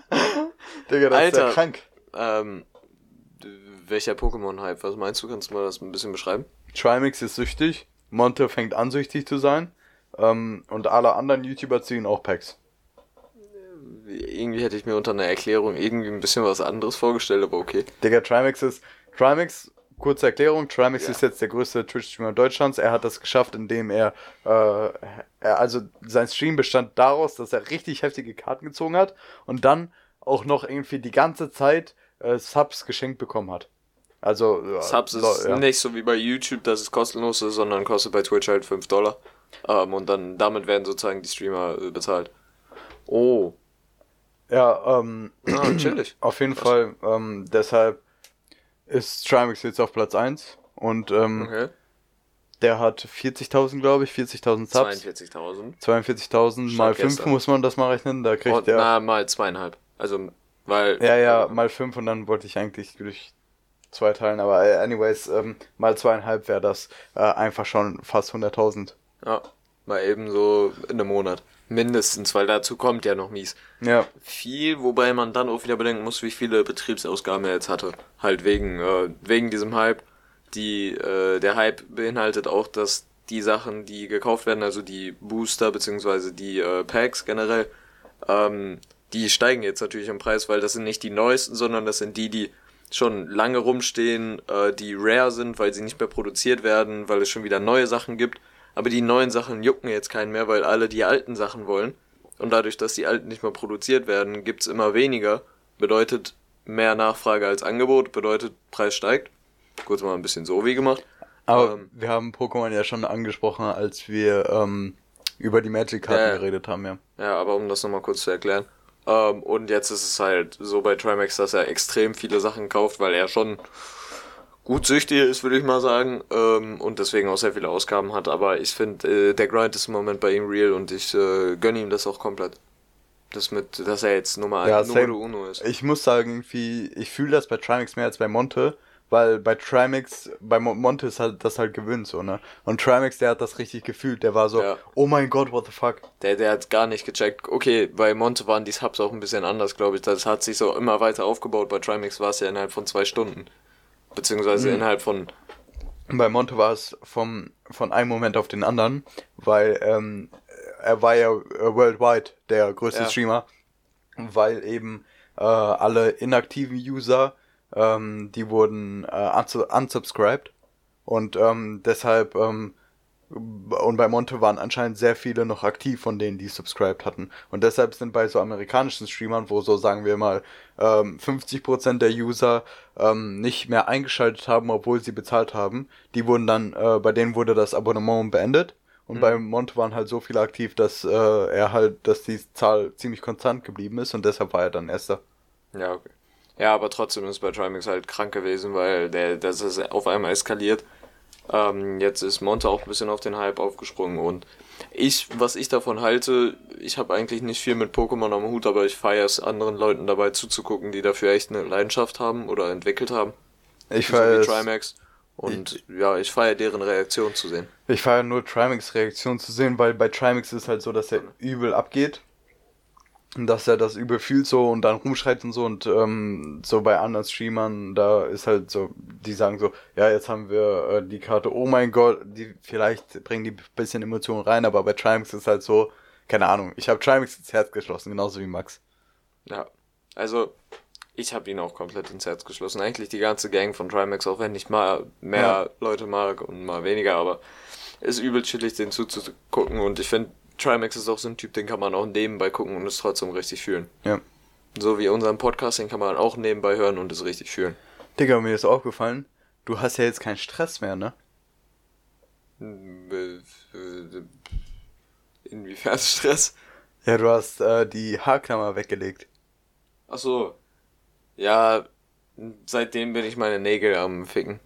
Digga, das Alter, ist ja krank. Ähm, welcher Pokémon-Hype? Was meinst du? Kannst du mal das ein bisschen beschreiben? Trimix ist süchtig, Monte fängt an süchtig zu sein, ähm, und alle anderen YouTuber ziehen auch Packs. Irgendwie hätte ich mir unter einer Erklärung irgendwie ein bisschen was anderes vorgestellt, aber okay. Digga, Trimix ist, Trimix, kurze Erklärung, Trimix ja. ist jetzt der größte Twitch-Streamer Deutschlands. Er hat das geschafft, indem er, äh, er, also sein Stream bestand daraus, dass er richtig heftige Karten gezogen hat und dann auch noch irgendwie die ganze Zeit äh, Subs geschenkt bekommen hat. Also äh, Subs ist ja. nicht so wie bei YouTube, dass es kostenlos ist, sondern kostet bei Twitch halt fünf Dollar. Ähm, und dann damit werden sozusagen die Streamer äh, bezahlt. Oh. Ja, ähm, ah, chillig. Auf jeden Was? Fall, ähm, deshalb ist Trimix jetzt auf Platz eins und ähm, okay. der hat vierzigtausend, glaube ich, vierzigtausend Subs. zweiundvierzigtausend. zweiundvierzigtausend mal fünf muss man das mal rechnen, da kriegt oh, der... Na, mal zweieinhalb. Also, weil... Ja, ja, mal fünf und dann wollte ich eigentlich durch zwei teilen, aber anyways, ähm, mal zweieinhalb wäre das äh, einfach schon fast hunderttausend. Ja, mal eben so in einem Monat. Mindestens, weil dazu kommt ja noch mies. Ja. Viel, wobei man dann auch wieder bedenken muss, wie viele Betriebsausgaben er jetzt hatte. Halt wegen, äh, wegen diesem Hype. Die, äh, der Hype beinhaltet auch, dass die Sachen, die gekauft werden, also die Booster bzw. die äh, Packs generell, ähm, die steigen jetzt natürlich im Preis, weil das sind nicht die neuesten, sondern das sind die, die schon lange rumstehen, äh, die rare sind, weil sie nicht mehr produziert werden, weil es schon wieder neue Sachen gibt. Aber die neuen Sachen jucken jetzt keinen mehr, weil alle die alten Sachen wollen. Und dadurch, dass die alten nicht mehr produziert werden, gibt's immer weniger. Bedeutet mehr Nachfrage als Angebot, bedeutet Preis steigt. kurz mal ein bisschen so wie gemacht. Aber ähm, wir haben Pokémon ja schon angesprochen, als wir ähm, über die Magic-Karten äh, geredet haben, ja. Ja, aber um das nochmal kurz zu erklären. Ähm, und jetzt ist es halt so bei Trimax, dass er extrem viele Sachen kauft, weil er schon gut süchtig ist, würde ich mal sagen. Ähm, und deswegen auch sehr viele Ausgaben hat. Aber ich finde, äh, der Grind ist im Moment bei ihm real und ich äh, gönne ihm das auch komplett. Das mit, dass er jetzt Nummer ja, Numero Uno ist. Ich muss sagen, irgendwie, ich fühle das bei Trimax mehr als bei Monte. Weil bei Trimax, bei Monte ist halt das halt gewöhnt so, ne? Und Trimax, der hat das richtig gefühlt, der war so, ja. Oh mein Gott, what the fuck? Der, der hat gar nicht gecheckt. Okay, bei Monte waren die Subs auch ein bisschen anders, glaube ich. Das hat sich so immer weiter aufgebaut. Bei Trimax war es ja innerhalb von zwei Stunden. Beziehungsweise mhm. innerhalb von... Bei Monte war es vom, von einem Moment auf den anderen, weil ähm, er war ja worldwide der größte ja. Streamer, weil eben äh, alle inaktiven User Ähm, die wurden äh, unsubscribed und ähm, deshalb ähm, und bei Monte waren anscheinend sehr viele noch aktiv von denen, die subscribed hatten und deshalb sind bei so amerikanischen Streamern, wo so sagen wir mal ähm, fünfzig Prozent der User ähm, nicht mehr eingeschaltet haben, obwohl sie bezahlt haben, die wurden dann, äh, bei denen wurde das Abonnement beendet und mhm. bei Monte waren halt so viele aktiv, dass äh, er halt, dass die Zahl ziemlich konstant geblieben ist und deshalb war er dann Erster. Ja, okay. Ja, aber trotzdem ist bei Trimax halt krank gewesen, weil der, das ist auf einmal eskaliert. Ähm, jetzt ist Monte auch ein bisschen auf den Hype aufgesprungen und ich, was ich davon halte, ich habe eigentlich nicht viel mit Pokémon am Hut, aber ich feiere es, anderen Leuten dabei zuzugucken, die dafür echt eine Leidenschaft haben oder entwickelt haben. Ich feiere so wie Trimax. Und ich, ja, ich feiere deren Reaktion zu sehen. Ich feiere nur Trimax Reaktion zu sehen, weil bei Trimax ist halt so, dass er übel abgeht. Dass er das übel fühlt so und dann rumschreit und so und ähm, so bei anderen Streamern, da ist halt so, die sagen so, ja, jetzt haben wir äh, die Karte, oh mein Gott, die vielleicht bringen die ein bisschen Emotionen rein, aber bei Trimax ist halt so, keine Ahnung, ich habe Trimax ins Herz geschlossen, genauso wie Max. Ja, also ich habe ihn auch komplett ins Herz geschlossen, eigentlich die ganze Gang von Trimax, auch wenn ich mal mehr ja. Leute mag und mal weniger, aber ist übel chillig, den zuzugucken und ich finde, Trimax ist auch so ein Typ, den kann man auch nebenbei gucken und es trotzdem richtig fühlen. Ja. So wie unseren Podcast, den kann man auch nebenbei hören und es richtig fühlen. Digga, mir ist aufgefallen, du hast ja jetzt keinen Stress mehr, ne? Inwiefern Stress? Ja, du hast äh, die Haarklammer weggelegt. Ach so. Ja, seitdem bin ich meine Nägel am Ficken.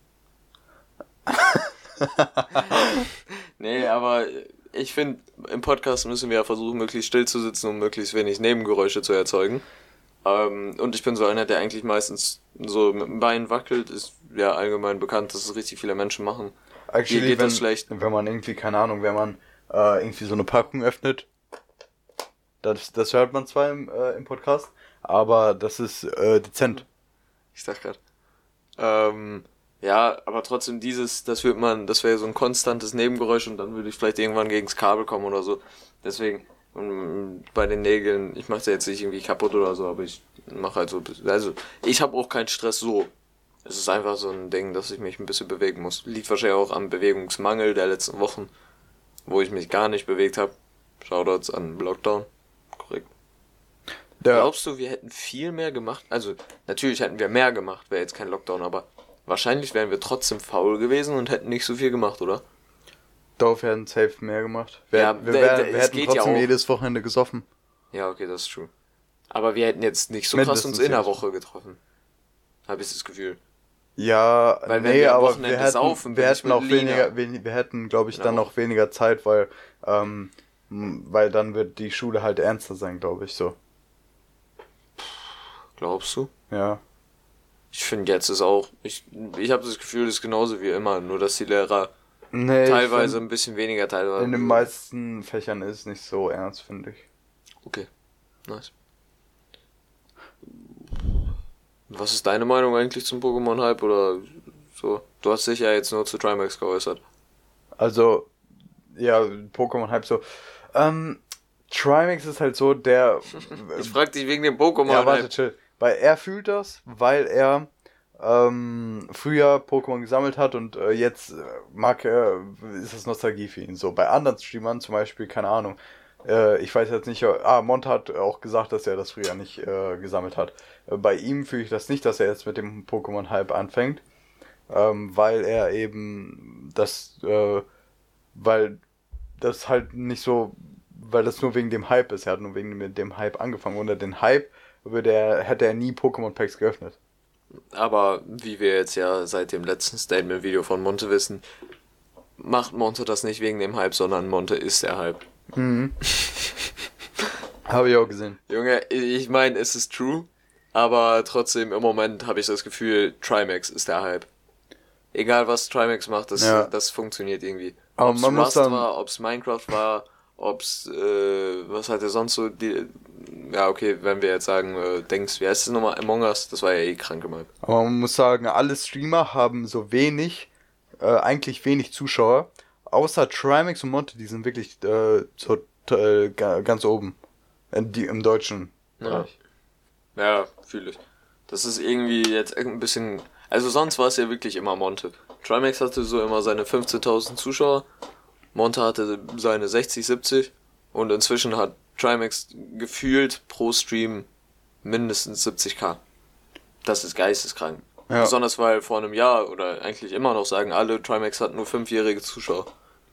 Nee, aber... Ich finde, im Podcast müssen wir ja versuchen, möglichst still zu sitzen und möglichst wenig Nebengeräusche zu erzeugen. Ähm, und ich bin so einer, der eigentlich meistens so mit dem Bein wackelt. Ist ja allgemein bekannt, dass es richtig viele Menschen machen. Actually, Hier geht wenn, das schlecht. Wenn man irgendwie, keine Ahnung, wenn man äh, irgendwie so eine Packung öffnet, das, das hört man zwar im, äh, im Podcast, aber das ist äh, dezent. Ich sag grad. Ähm... Ja, aber trotzdem dieses, das wird man, das wäre so ein konstantes Nebengeräusch und dann würde ich vielleicht irgendwann gegens Kabel kommen oder so. Deswegen, um, bei den Nägeln, ich mache jetzt nicht irgendwie kaputt oder so, aber ich mache halt so, also ich habe auch keinen Stress so. Es ist einfach so ein Ding, dass ich mich ein bisschen bewegen muss. Liegt wahrscheinlich auch am Bewegungsmangel der letzten Wochen, wo ich mich gar nicht bewegt habe. Shoutouts an Lockdown. Korrekt. Ja. Glaubst du, wir hätten viel mehr gemacht? Also, natürlich hätten wir mehr gemacht, wäre jetzt kein Lockdown, aber wahrscheinlich wären wir trotzdem faul gewesen und hätten nicht so viel gemacht, oder? Doch, wir hätten safe mehr gemacht. Wir, ja, wir, wär, wir hätten trotzdem ja jedes Wochenende gesoffen. Ja, okay, das ist true. Aber wir hätten jetzt nicht so krass uns in der Woche getroffen. Habe ich das Gefühl. Ja, weil nee, wir aber wir hätten, saufen, wir hätten auch weniger, wen, wir hätten, glaube ich, dann noch weniger Zeit, weil, ähm, weil dann wird die Schule halt ernster sein, glaube ich, so. Glaubst du? Ja. Ich finde, jetzt ist auch, ich, ich habe das Gefühl, das ist genauso wie immer, nur dass die Lehrer nee, teilweise find, ein bisschen weniger teilweise. In den meisten Fächern ist es nicht so ernst, finde ich. Okay, nice. Was ist deine Meinung eigentlich zum Pokémon-Hype oder so? Du hast dich ja jetzt nur zu Trimax geäußert. Also, ja, Pokémon-Hype so. Ähm, Trimax ist halt so der... ich frag dich wegen dem Pokémon-Hype. Ja, warte, chill. Weil er fühlt das, weil er ähm, früher Pokémon gesammelt hat und äh, jetzt äh, mag er, ist das Nostalgie für ihn. So, bei anderen Streamern zum Beispiel, keine Ahnung, äh, ich weiß jetzt nicht, ah, Mont hat auch gesagt, dass er das früher nicht äh, gesammelt hat. Äh, bei ihm fühle ich das nicht, dass er jetzt mit dem Pokémon-Hype anfängt, ähm, weil er eben das, äh, weil das halt nicht so, weil das nur wegen dem Hype ist. Er hat nur wegen dem Hype angefangen. Ohne den Hype würde er, hätte er nie Pokémon Packs geöffnet. Aber wie wir jetzt ja seit dem letzten Statement-Video von Monte wissen, macht Monte das nicht wegen dem Hype, sondern Monte ist der Hype. Mhm. Habe ich auch gesehen. Junge, ich meine, es ist true, aber trotzdem im Moment habe ich das Gefühl, Trimax ist der Hype. Egal was Trimax macht, das, ja. das funktioniert irgendwie. Ob es Rust war, ob es Minecraft war, ob es, äh, was hat er sonst so, die, ja okay, wenn wir jetzt sagen, äh, denkst, wie heißt das nochmal, Among Us, das war ja eh krank gemacht. Aber man muss sagen, alle Streamer haben so wenig, äh, eigentlich wenig Zuschauer, außer Trimax und Monte, die sind wirklich äh, so, äh, ganz oben, in die, im Deutschen Bereich. Ja, ja fühle ich. Das ist irgendwie jetzt ein bisschen, also sonst war es ja wirklich immer Monte. Trimax hatte so immer seine fünfzehntausend Zuschauer, Monte hatte seine sechzig, siebzig und inzwischen hat Trimax gefühlt pro Stream mindestens siebzigtausend. Das ist geisteskrank. Ja. Besonders weil vor einem Jahr oder eigentlich immer noch sagen alle, Trimax hat nur fünfjährige Zuschauer.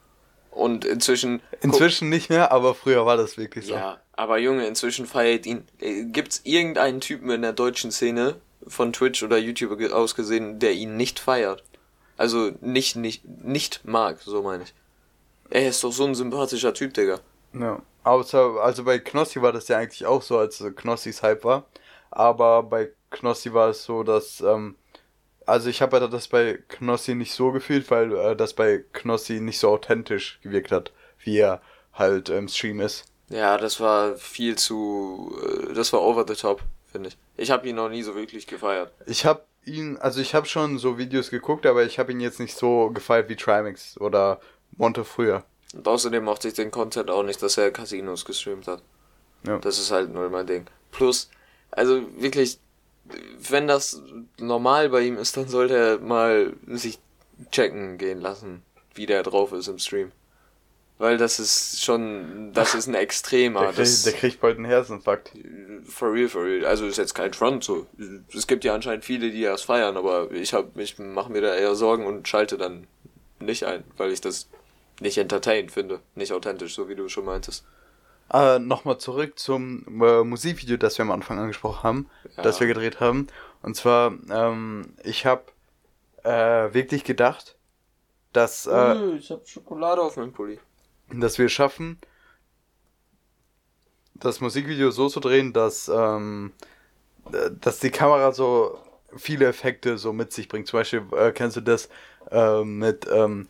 Und inzwischen... Inzwischen nicht mehr, aber früher war das wirklich so. Ja, aber Junge, inzwischen feiert ihn... Gibt's irgendeinen Typen in der deutschen Szene, von Twitch oder YouTube aus gesehen, der ihn nicht feiert? Also nicht, nicht, nicht mag, so meine ich. Er ist doch so ein sympathischer Typ, Digga. Ja, außer, also bei Knossi war das ja eigentlich auch so, als Knossis Hype war. Aber bei Knossi war es so, dass, ähm, also ich habe ja das bei Knossi nicht so gefühlt, weil äh, das bei Knossi nicht so authentisch gewirkt hat, wie er halt im Stream ist. Ja, das war viel zu, äh, das war over the top, finde ich. Ich habe ihn noch nie so wirklich gefeiert. Ich habe ihn, also ich habe schon so Videos geguckt, aber ich habe ihn jetzt nicht so gefeiert wie Trimax oder Monte früher. Und außerdem mochte ich den Content auch nicht, dass er Casinos gestreamt hat. Ja. Das ist halt null mein Ding. Plus, also wirklich, wenn das normal bei ihm ist, dann sollte er mal sich checken gehen lassen, wie der drauf ist im Stream. Weil das ist schon, das ist ein Extremer. Der, krieg, das, der kriegt bald einen Herzinfarkt. For real, for real. Also ist jetzt kein Front so. Es gibt ja anscheinend viele, die das feiern, aber ich hab, ich mache mir da eher Sorgen und schalte dann nicht ein, weil ich das nicht entertained finde. Nicht authentisch, so wie du schon meintest. Äh, nochmal zurück zum äh, Musikvideo, das wir am Anfang angesprochen haben, ja. das wir gedreht haben. Und zwar, ähm, ich habe äh, wirklich gedacht, dass äh, uh, ich habe Schokolade auf meinem Pulli. dass wir schaffen, das Musikvideo so zu drehen, dass ähm, dass die Kamera so viele Effekte so mit sich bringt. Zum Beispiel, äh, kennst du das äh, mit ähm,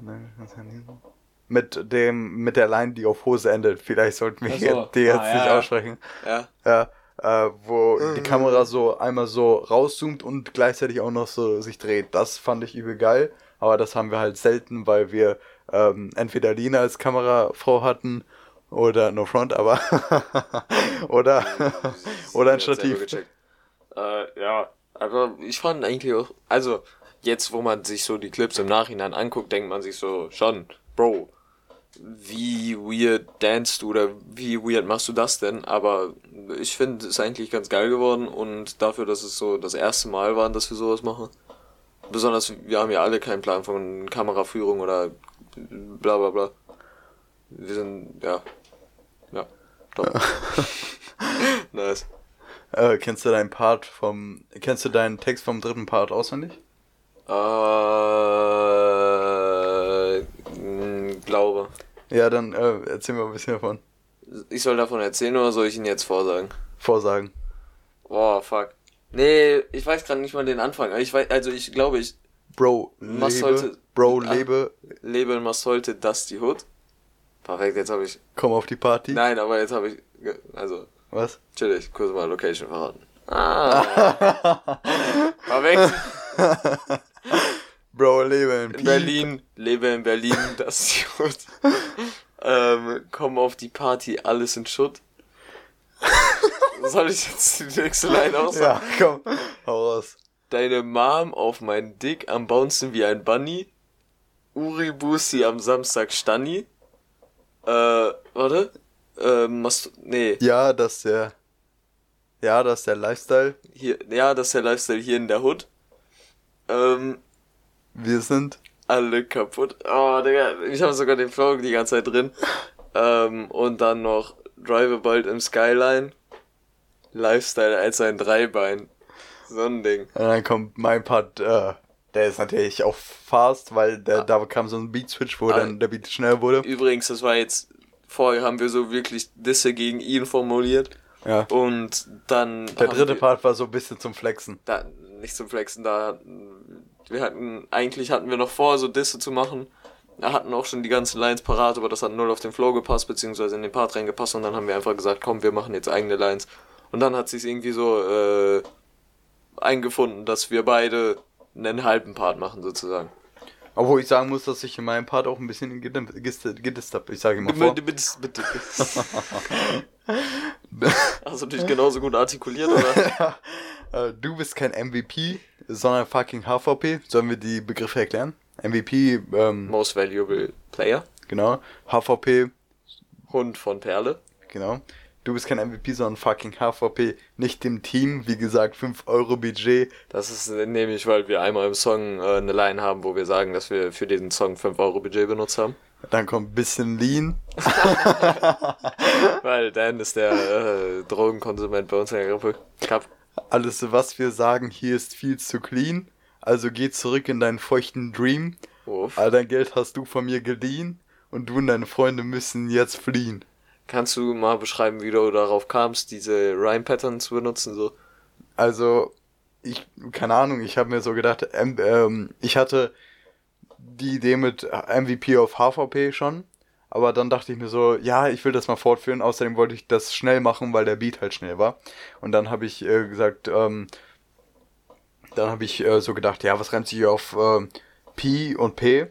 mit dem mit der Line, die auf Hose endet. Vielleicht sollten wir so. die jetzt ah, nicht ja. aussprechen. Ja. Ja. Äh, wo mhm. die Kamera so einmal so rauszoomt und gleichzeitig auch noch so sich dreht. Das fand ich übel geil. Aber das haben wir halt selten, weil wir ähm, entweder Lina als Kamerafrau hatten oder No Front, aber oder oder ein Stativ. Äh, ja, aber ich fand eigentlich auch, also jetzt, wo man sich so die Clips im Nachhinein anguckt, denkt man sich so, schon, Bro, wie weird danst du oder wie weird machst du das denn? Aber ich finde, es ist eigentlich ganz geil geworden und dafür, dass es so das erste Mal war, dass wir sowas machen. Besonders, wir haben ja alle keinen Plan von Kameraführung oder bla bla bla. Wir sind, ja, ja, top. Nice. Äh, kennst du deinen Part vom, kennst du deinen Text vom dritten Part auswendig? Äh, mh, glaube. Ja, dann äh, erzähl mir ein bisschen davon. Ich soll davon erzählen oder soll ich ihn jetzt vorsagen? Vorsagen. Oh, fuck. Nee, ich weiß gerade nicht mal den Anfang. Ich weiß, also ich glaube, ich... Bro, lebe, sollte, Bro, ach, lebe. Lebe in sollte das die Hood. Perfekt, jetzt habe ich... Komm auf die Party. Nein, aber jetzt habe ich... Also... Was? Chillig, kurz mal Location verraten. Ah. Perfekt. Bro, lebe in, in Berlin. Lebe in Berlin, das ist die Hood. ähm, komm auf die Party, alles in Schutt. Soll ich jetzt die nächste Line aussagen? Ja, komm, hau raus. Deine Mom auf meinen Dick am Bouncen wie ein Bunny. Uri Busi am Samstag Stanni. Äh, warte. Äh, machst nee. Ja, das ist der, ja, das ist der Lifestyle. Hier, ja, das ist der Lifestyle hier in der Hood. Ähm, Wir sind alle kaputt. Oh, Digga, ich habe sogar den Flow die ganze Zeit drin. Ähm, und dann noch Drive bald im Skyline. Lifestyle als ein Dreibein. So ein Ding. Und dann kommt mein Part, äh, der ist natürlich auch fast, weil der, ah. da kam so ein Beat-Switch, wo ah. dann der Beat schnell wurde. Übrigens, das war jetzt, vorher haben wir so wirklich Disse gegen ihn formuliert. Ja. Und dann... Der dritte wir, Part war so ein bisschen zum Flexen. Da, nicht zum Flexen, da... Wir hatten, eigentlich hatten wir noch vor, so Disse zu machen. Wir hatten auch schon die ganzen Lines parat, aber das hat null auf den Flow gepasst, beziehungsweise in den Part reingepasst. Und dann haben wir einfach gesagt, komm, wir machen jetzt eigene Lines. Und dann hat sich irgendwie so äh, eingefunden, dass wir beide einen halben Part machen, sozusagen. Obwohl ich sagen muss, dass ich in meinem Part auch ein bisschen gedisst habe. Ich sage immer vor. Hast du dich genauso gut artikuliert, oder? Ja. Du bist kein M V P, sondern fucking H V P. Sollen wir die Begriffe erklären? M V P, ähm... Most Valuable Player. Genau. H V P... Hund von Perle. Genau. Du bist kein M V P, sondern fucking H V P. Nicht dem Team, wie gesagt, fünf Euro Budget. Das ist nämlich, weil wir einmal im Song äh, eine Line haben, wo wir sagen, dass wir für diesen Song fünf Euro Budget benutzt haben. Dann kommt ein bisschen Lean. Weil Dan ist der äh, Drogenkonsument bei uns in der Gruppe. Cup. Alles, was wir sagen, hier ist viel zu clean. Also geh zurück in deinen feuchten Dream. Uff. All dein Geld hast du von mir geliehen. Und du und deine Freunde müssen jetzt fliehen. Kannst du mal beschreiben, wie du darauf kamst, diese Rhyme-Pattern zu benutzen? So? Also, ich, keine Ahnung, ich habe mir so gedacht, ähm, ähm, ich hatte die Idee mit M V P auf H V P schon, aber dann dachte ich mir so, ja, ich will das mal fortführen, außerdem wollte ich das schnell machen, weil der Beat halt schnell war. Und dann habe ich äh, gesagt, ähm, dann habe ich äh, so gedacht, ja, was reimt sich auf äh, P und P?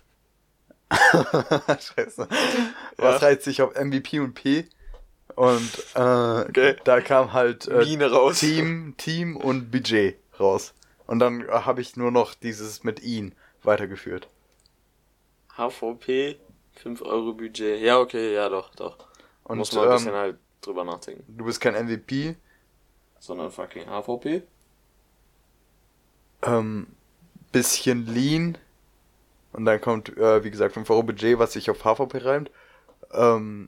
Scheiße. Ja. Was reizt sich auf M V P und P? Und äh, okay. Da kam halt äh, raus. Team, Team und Budget raus. Und dann äh, habe ich nur noch dieses mit ihn weitergeführt. H V P, fünf Euro Budget. Ja, okay, ja doch, doch. Und, muss man ein bisschen ähm, halt drüber nachdenken. Du bist kein M V P. Sondern fucking H V P. Ähm, bisschen Lean. Und dann kommt, äh, wie gesagt, fünf Euro Budget, was sich auf H V P reimt. Ähm.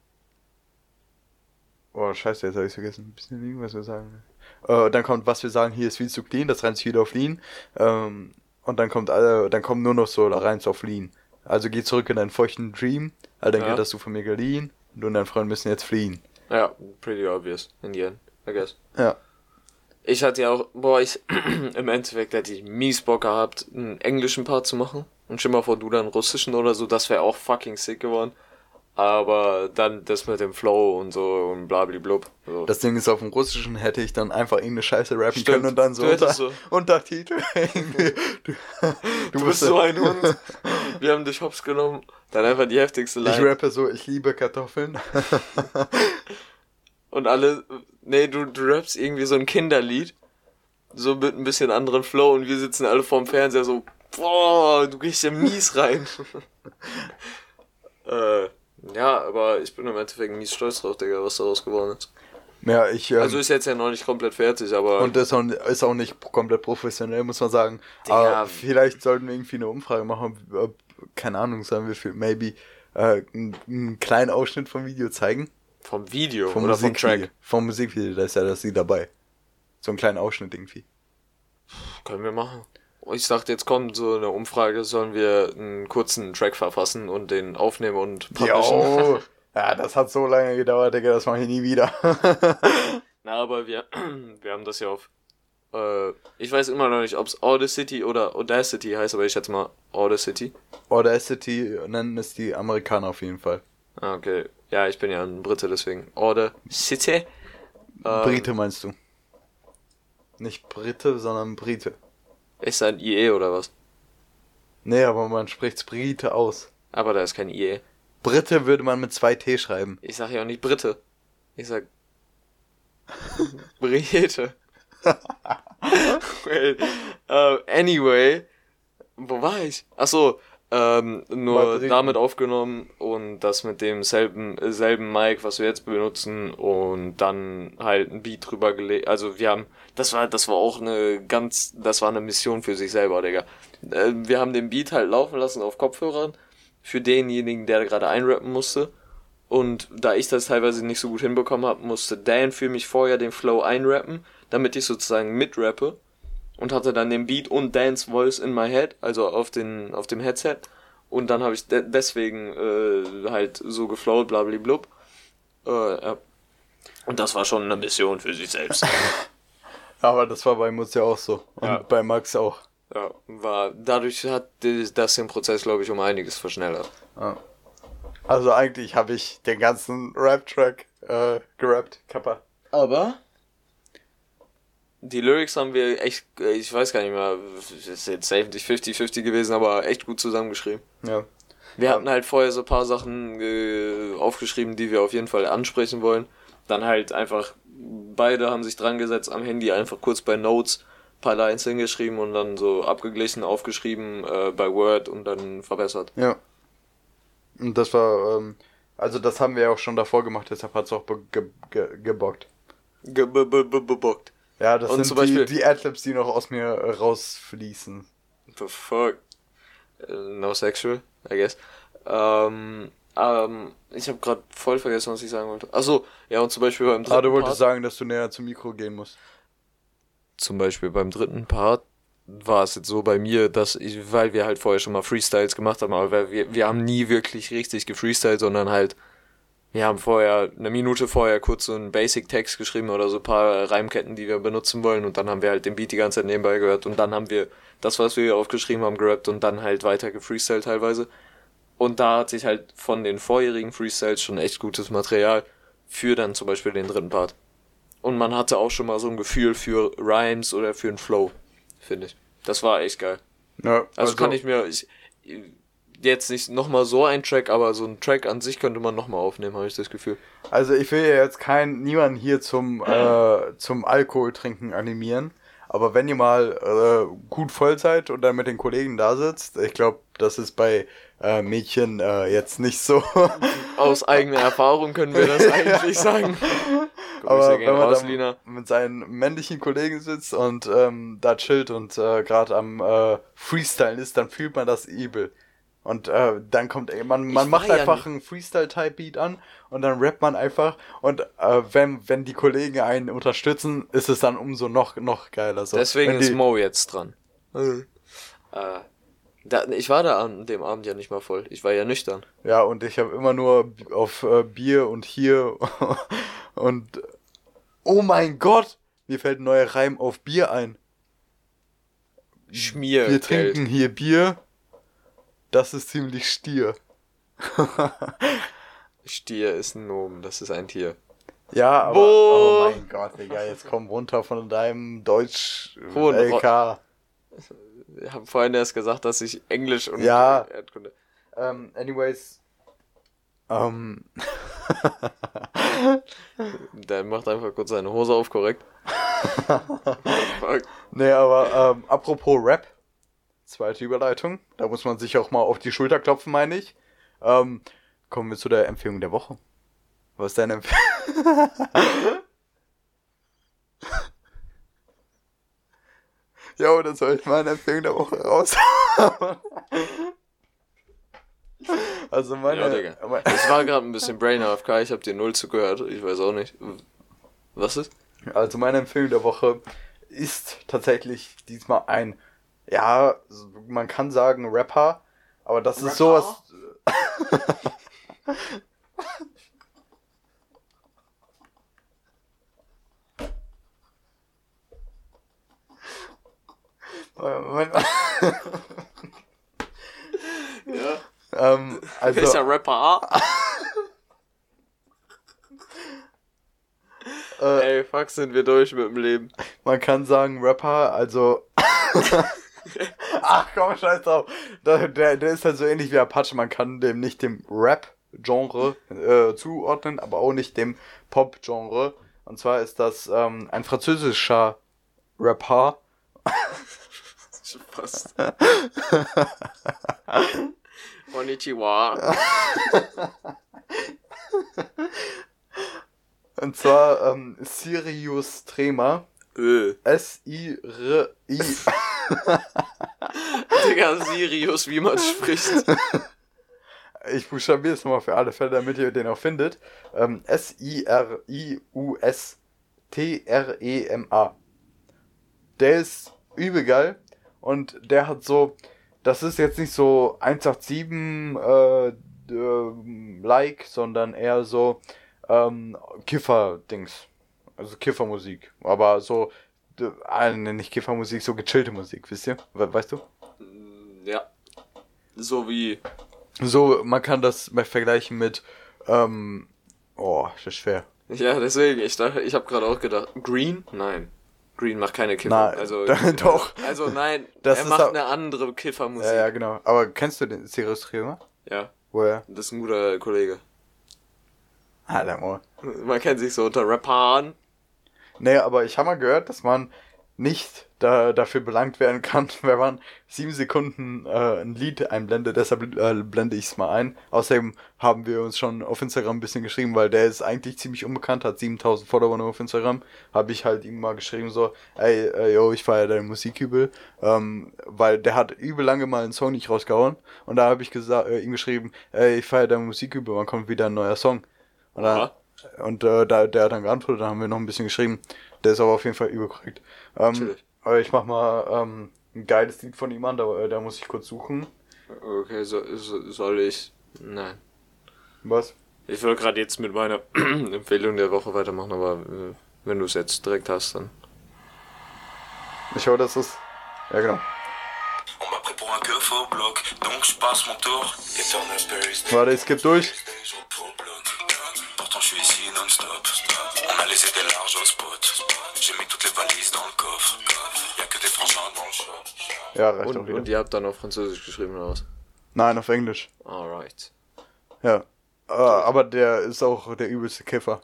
Oh, scheiße, jetzt habe ich vergessen. Ein bisschen Lean, was wir sagen. Äh, dann kommt, was wir sagen, hier ist viel zu clean, das reimt sich wieder auf Lean. Ähm, und dann kommt alle, dann kommen nur noch so reins auf Lean. Also geh zurück in deinen feuchten Dream. All dein Geld hast du von mir geliehen. Und du und dein Freund müssen jetzt fliehen. Ja, pretty obvious, in the end, I guess. Ja. Ich hatte ja auch, boah, ich, im Endeffekt hätte ich mies Bock gehabt, einen englischen Part zu machen. Und stell mal vor, du dann einen russischen oder so, das wäre auch fucking sick geworden. Aber dann das mit dem Flow und so und blablablub. So. Das Ding ist, auf dem Russischen hätte ich dann einfach irgendeine Scheiße rappen Stimmt. können und dann so, unter, so. Untertitel. du, du, du bist so ein Hund. Wir haben dich hops genommen. Dann einfach die heftigste Line. Ich rappe so, ich liebe Kartoffeln. Und alle, nee, du, du rappst irgendwie so ein Kinderlied. So mit ein bisschen anderen Flow und wir sitzen alle vorm Fernseher so, boah, du gehst ja mies rein. äh, ja, aber ich bin im Endeffekt mies stolz drauf, Digga, was daraus geworden ist. Ja, ich, ähm, also ist jetzt ja noch nicht komplett fertig, aber... Und das ist auch nicht komplett professionell, muss man sagen. Digga, aber vielleicht sollten wir irgendwie eine Umfrage machen, ob, keine Ahnung, sagen wir für maybe äh, einen, einen kleinen Ausschnitt vom Video zeigen. Vom Video vom oder vom Track? Vom Musikvideo, da ist ja das Lied dabei. So einen kleinen Ausschnitt irgendwie. Können wir machen. Ich dachte, jetzt kommt so eine Umfrage, sollen wir einen kurzen Track verfassen und den aufnehmen und publishen. Jo. Ja, das hat so lange gedauert, Digga, das mache ich nie wieder. Na, aber wir, wir haben das ja auf, äh, ich weiß immer noch nicht, ob es Audacity oder Audacity heißt, aber ich schätze mal Audacity. Audacity nennen es die Amerikaner auf jeden Fall. Ah, okay. Ja, ich bin ja ein Brite, deswegen Audacity. Brite meinst du? Nicht Brite, sondern Brite. Ist da ein I E oder was? Nee, aber man spricht's Brite aus. Aber da ist kein I E. Brite würde man mit zwei T schreiben. Ich sag ja auch nicht Brite. Ich sag Brite. well, uh, anyway. Wo war ich? Achso, Ähm, nur damit aufgenommen und das mit dem selben, selben Mic, was wir jetzt benutzen, und dann halt ein Beat drüber gelegt. Also wir haben, das war, das war auch eine ganz, das war eine Mission für sich selber, Digga. Äh, wir haben den Beat halt laufen lassen auf Kopfhörern für denjenigen, der gerade einrappen musste. Und da ich das teilweise nicht so gut hinbekommen habe, musste Dan für mich vorher den Flow einrappen, damit ich sozusagen mitrappe. Und hatte dann den Beat und Dan's Voice in my head, also auf den auf dem Headset. Und dann habe ich de- deswegen äh, halt so geflowt, blablablub. Äh, ja. Und das war schon eine Mission für sich selbst. Aber das war bei Mutz ja auch so. Und ja. Bei Max auch. Ja, war, dadurch hat das den Prozess, glaube ich, um einiges verschnellert. Ja. Also eigentlich habe ich den ganzen Rap-Track äh, gerappt, Kappa. Aber die Lyrics haben wir echt, ich weiß gar nicht mehr, es ist jetzt safe nicht fifty fifty gewesen, aber echt gut zusammengeschrieben. Ja. Wir hatten halt vorher so ein paar Sachen äh, aufgeschrieben, die wir auf jeden Fall ansprechen wollen. Dann halt einfach, beide haben sich dran gesetzt am Handy, einfach kurz bei Notes ein paar Lines hingeschrieben und dann so abgeglichen, aufgeschrieben äh, bei Word und dann verbessert. Ja. Und das war, ähm, also das haben wir ja auch schon davor gemacht, deshalb hat es auch ge- ge- ge- gebockt. Gebockt. Ja, das und sind zum Beispiel die, die Adlibs, die noch aus mir rausfließen. The fuck? No sexual, I guess. Ähm, ähm, ich habe gerade voll vergessen, was ich sagen wollte. Achso, ja, und zum Beispiel beim dritten Part... Ah, du wolltest Part, sagen, dass du näher zum Mikro gehen musst. Zum Beispiel beim dritten Part war es jetzt so bei mir, dass ich, weil wir halt vorher schon mal Freestyles gemacht haben, aber wir, wir haben nie wirklich richtig gefreestylt, sondern halt, wir haben vorher, eine Minute vorher kurz so einen Basic-Text geschrieben oder so ein paar Reimketten, die wir benutzen wollen, und dann haben wir halt den Beat die ganze Zeit nebenbei gehört und dann haben wir das, was wir aufgeschrieben haben, gerappt und dann halt weiter gefreestylt teilweise. Und da hat sich halt von den vorherigen Freestyles schon echt gutes Material für dann zum Beispiel den dritten Part. Und man hatte auch schon mal so ein Gefühl für Rhymes oder für einen Flow, finde ich. Das war echt geil. Ja, also, also kann ich mir... Ich, jetzt nicht nochmal so ein Track, aber so ein Track an sich könnte man nochmal aufnehmen, habe ich das Gefühl. Also ich will ja jetzt kein, niemanden hier zum, äh, zum Alkoholtrinken animieren, aber wenn ihr mal äh, gut voll seid und dann mit den Kollegen da sitzt, ich glaube, das ist bei äh, Mädchen äh, jetzt nicht so. Aus eigener Erfahrung können wir das eigentlich sagen. Aber wenn man da mit seinen männlichen Kollegen sitzt und ähm, da chillt und äh, gerade am äh, Freestylen ist, dann fühlt man das übel. Und äh, dann kommt, man, man macht einfach ja einen Freestyle-Type-Beat an und dann rappt man einfach. Und äh, wenn, wenn die Kollegen einen unterstützen, ist es dann umso noch, noch geiler. So. Deswegen wenn ist Mo jetzt dran. Mhm. Äh, da, ich war da an dem Abend ja nicht mal voll. Ich war ja nüchtern. Ja, und ich habe immer nur auf äh, Bier und hier und oh mein Gott, mir fällt ein neuer Reim auf Bier ein. Schmier. Wir trinken hier Bier. Das ist ziemlich Stier. Stier ist ein Nomen, das ist ein Tier. Ja, aber Bo- oh mein Gott, Digga, jetzt komm runter von deinem Deutsch-L K. Ich habe vorhin erst gesagt, dass ich Englisch und ja. Erdkunde... Um, anyways. Um. Der macht einfach kurz seine Hose auf, korrekt? Nee, aber ähm, apropos Rap. Zweite Überleitung. Da muss man sich auch mal auf die Schulter klopfen, meine ich. Ähm, kommen wir zu der Empfehlung der Woche. Was ist deine Empfehlung? Jo, dann soll ich meine Empfehlung der Woche raus. Also meine... Ja, Digga. Ich war gerade ein bisschen Brain A F K, ich habe dir null zugehört. Ich weiß auch nicht. Was ist? Also meine Empfehlung der Woche ist tatsächlich diesmal ein... Ja, man kann sagen Rapper, aber das Rapper? Ist sowas... Ja. Ähm, also... Welcher Rapper? äh, Ey, fuck, sind wir durch mit dem Leben. Man kann sagen Rapper, also... Ach komm, scheiß drauf. Der, der, der ist halt so ähnlich wie Apache. Man kann dem nicht dem Rap-Genre äh, zuordnen, aber auch nicht dem Pop-Genre. Und zwar ist das ähm, ein französischer Rapper. Fast. Konnichiwa. Und zwar ähm, Sirius Trema. Ö. S I R I Digga, Sirius, wie man spricht. Ich buchstabiere es nochmal für alle Fälle, damit ihr den auch findet. Ähm, S I R I U S T R E M A. Der ist übel geil und der hat so, das ist jetzt nicht so eins acht sieben äh, äh, like, sondern eher so ähm, Kiffer-Dings. Also Kiffermusik. Aber so, äh, nicht Kiffermusik, so gechillte Musik, wisst ihr? We- Weißt du? Ja. So wie... So, man kann das mal vergleichen mit, ähm, oh, das ist schwer. Ja, deswegen, ich dachte, ich habe gerade auch gedacht, Green? Nein. Green macht keine Kiffer. Nein, also, doch. Also nein, das er ist macht auch, eine andere Kiffermusik. Ja, ja, genau. Aber kennst du den Sirius Trema? Ja. Woher? Das ist ein guter Kollege. Alter, Moor. Man kennt sich so unter Rappern. Nee, aber ich habe mal gehört, dass man nicht da, dafür belangt werden kann, wenn man sieben Sekunden äh, ein Lied einblendet. Deshalb äh, blende ich es mal ein. Außerdem haben wir uns schon auf Instagram ein bisschen geschrieben, weil der ist eigentlich ziemlich unbekannt, hat siebentausend Follower nur auf Instagram. Habe ich halt ihm mal geschrieben so, ey, äh, yo, ich feiere deine Musik übel. Ähm, weil der hat übel lange mal einen Song nicht rausgehauen. Und da habe ich gesagt, äh, ihm geschrieben, ey, ich feiere deine Musik übel, wann kommt wieder ein neuer Song? Und, dann, und äh, da, der hat dann geantwortet, da haben wir noch ein bisschen geschrieben. Der ist aber auf jeden Fall übel korrekt. Ähm, aber ich mach mal ähm, ein geiles Lied von ihm an, da, da muss ich kurz suchen. Okay, so, so, soll ich... Nein. Was? Ich will gerade jetzt mit meiner Empfehlung der Woche weitermachen, aber äh, wenn du es jetzt direkt hast, dann... Ich hoffe, das ist... Ja, genau. Warte, ich skippe durch. Ja, reicht und, auch wieder. Und ihr habt dann auf Französisch geschrieben, oder was? Nein, auf Englisch. Alright. Ja. Äh, aber der ist auch der übelste Kiffer.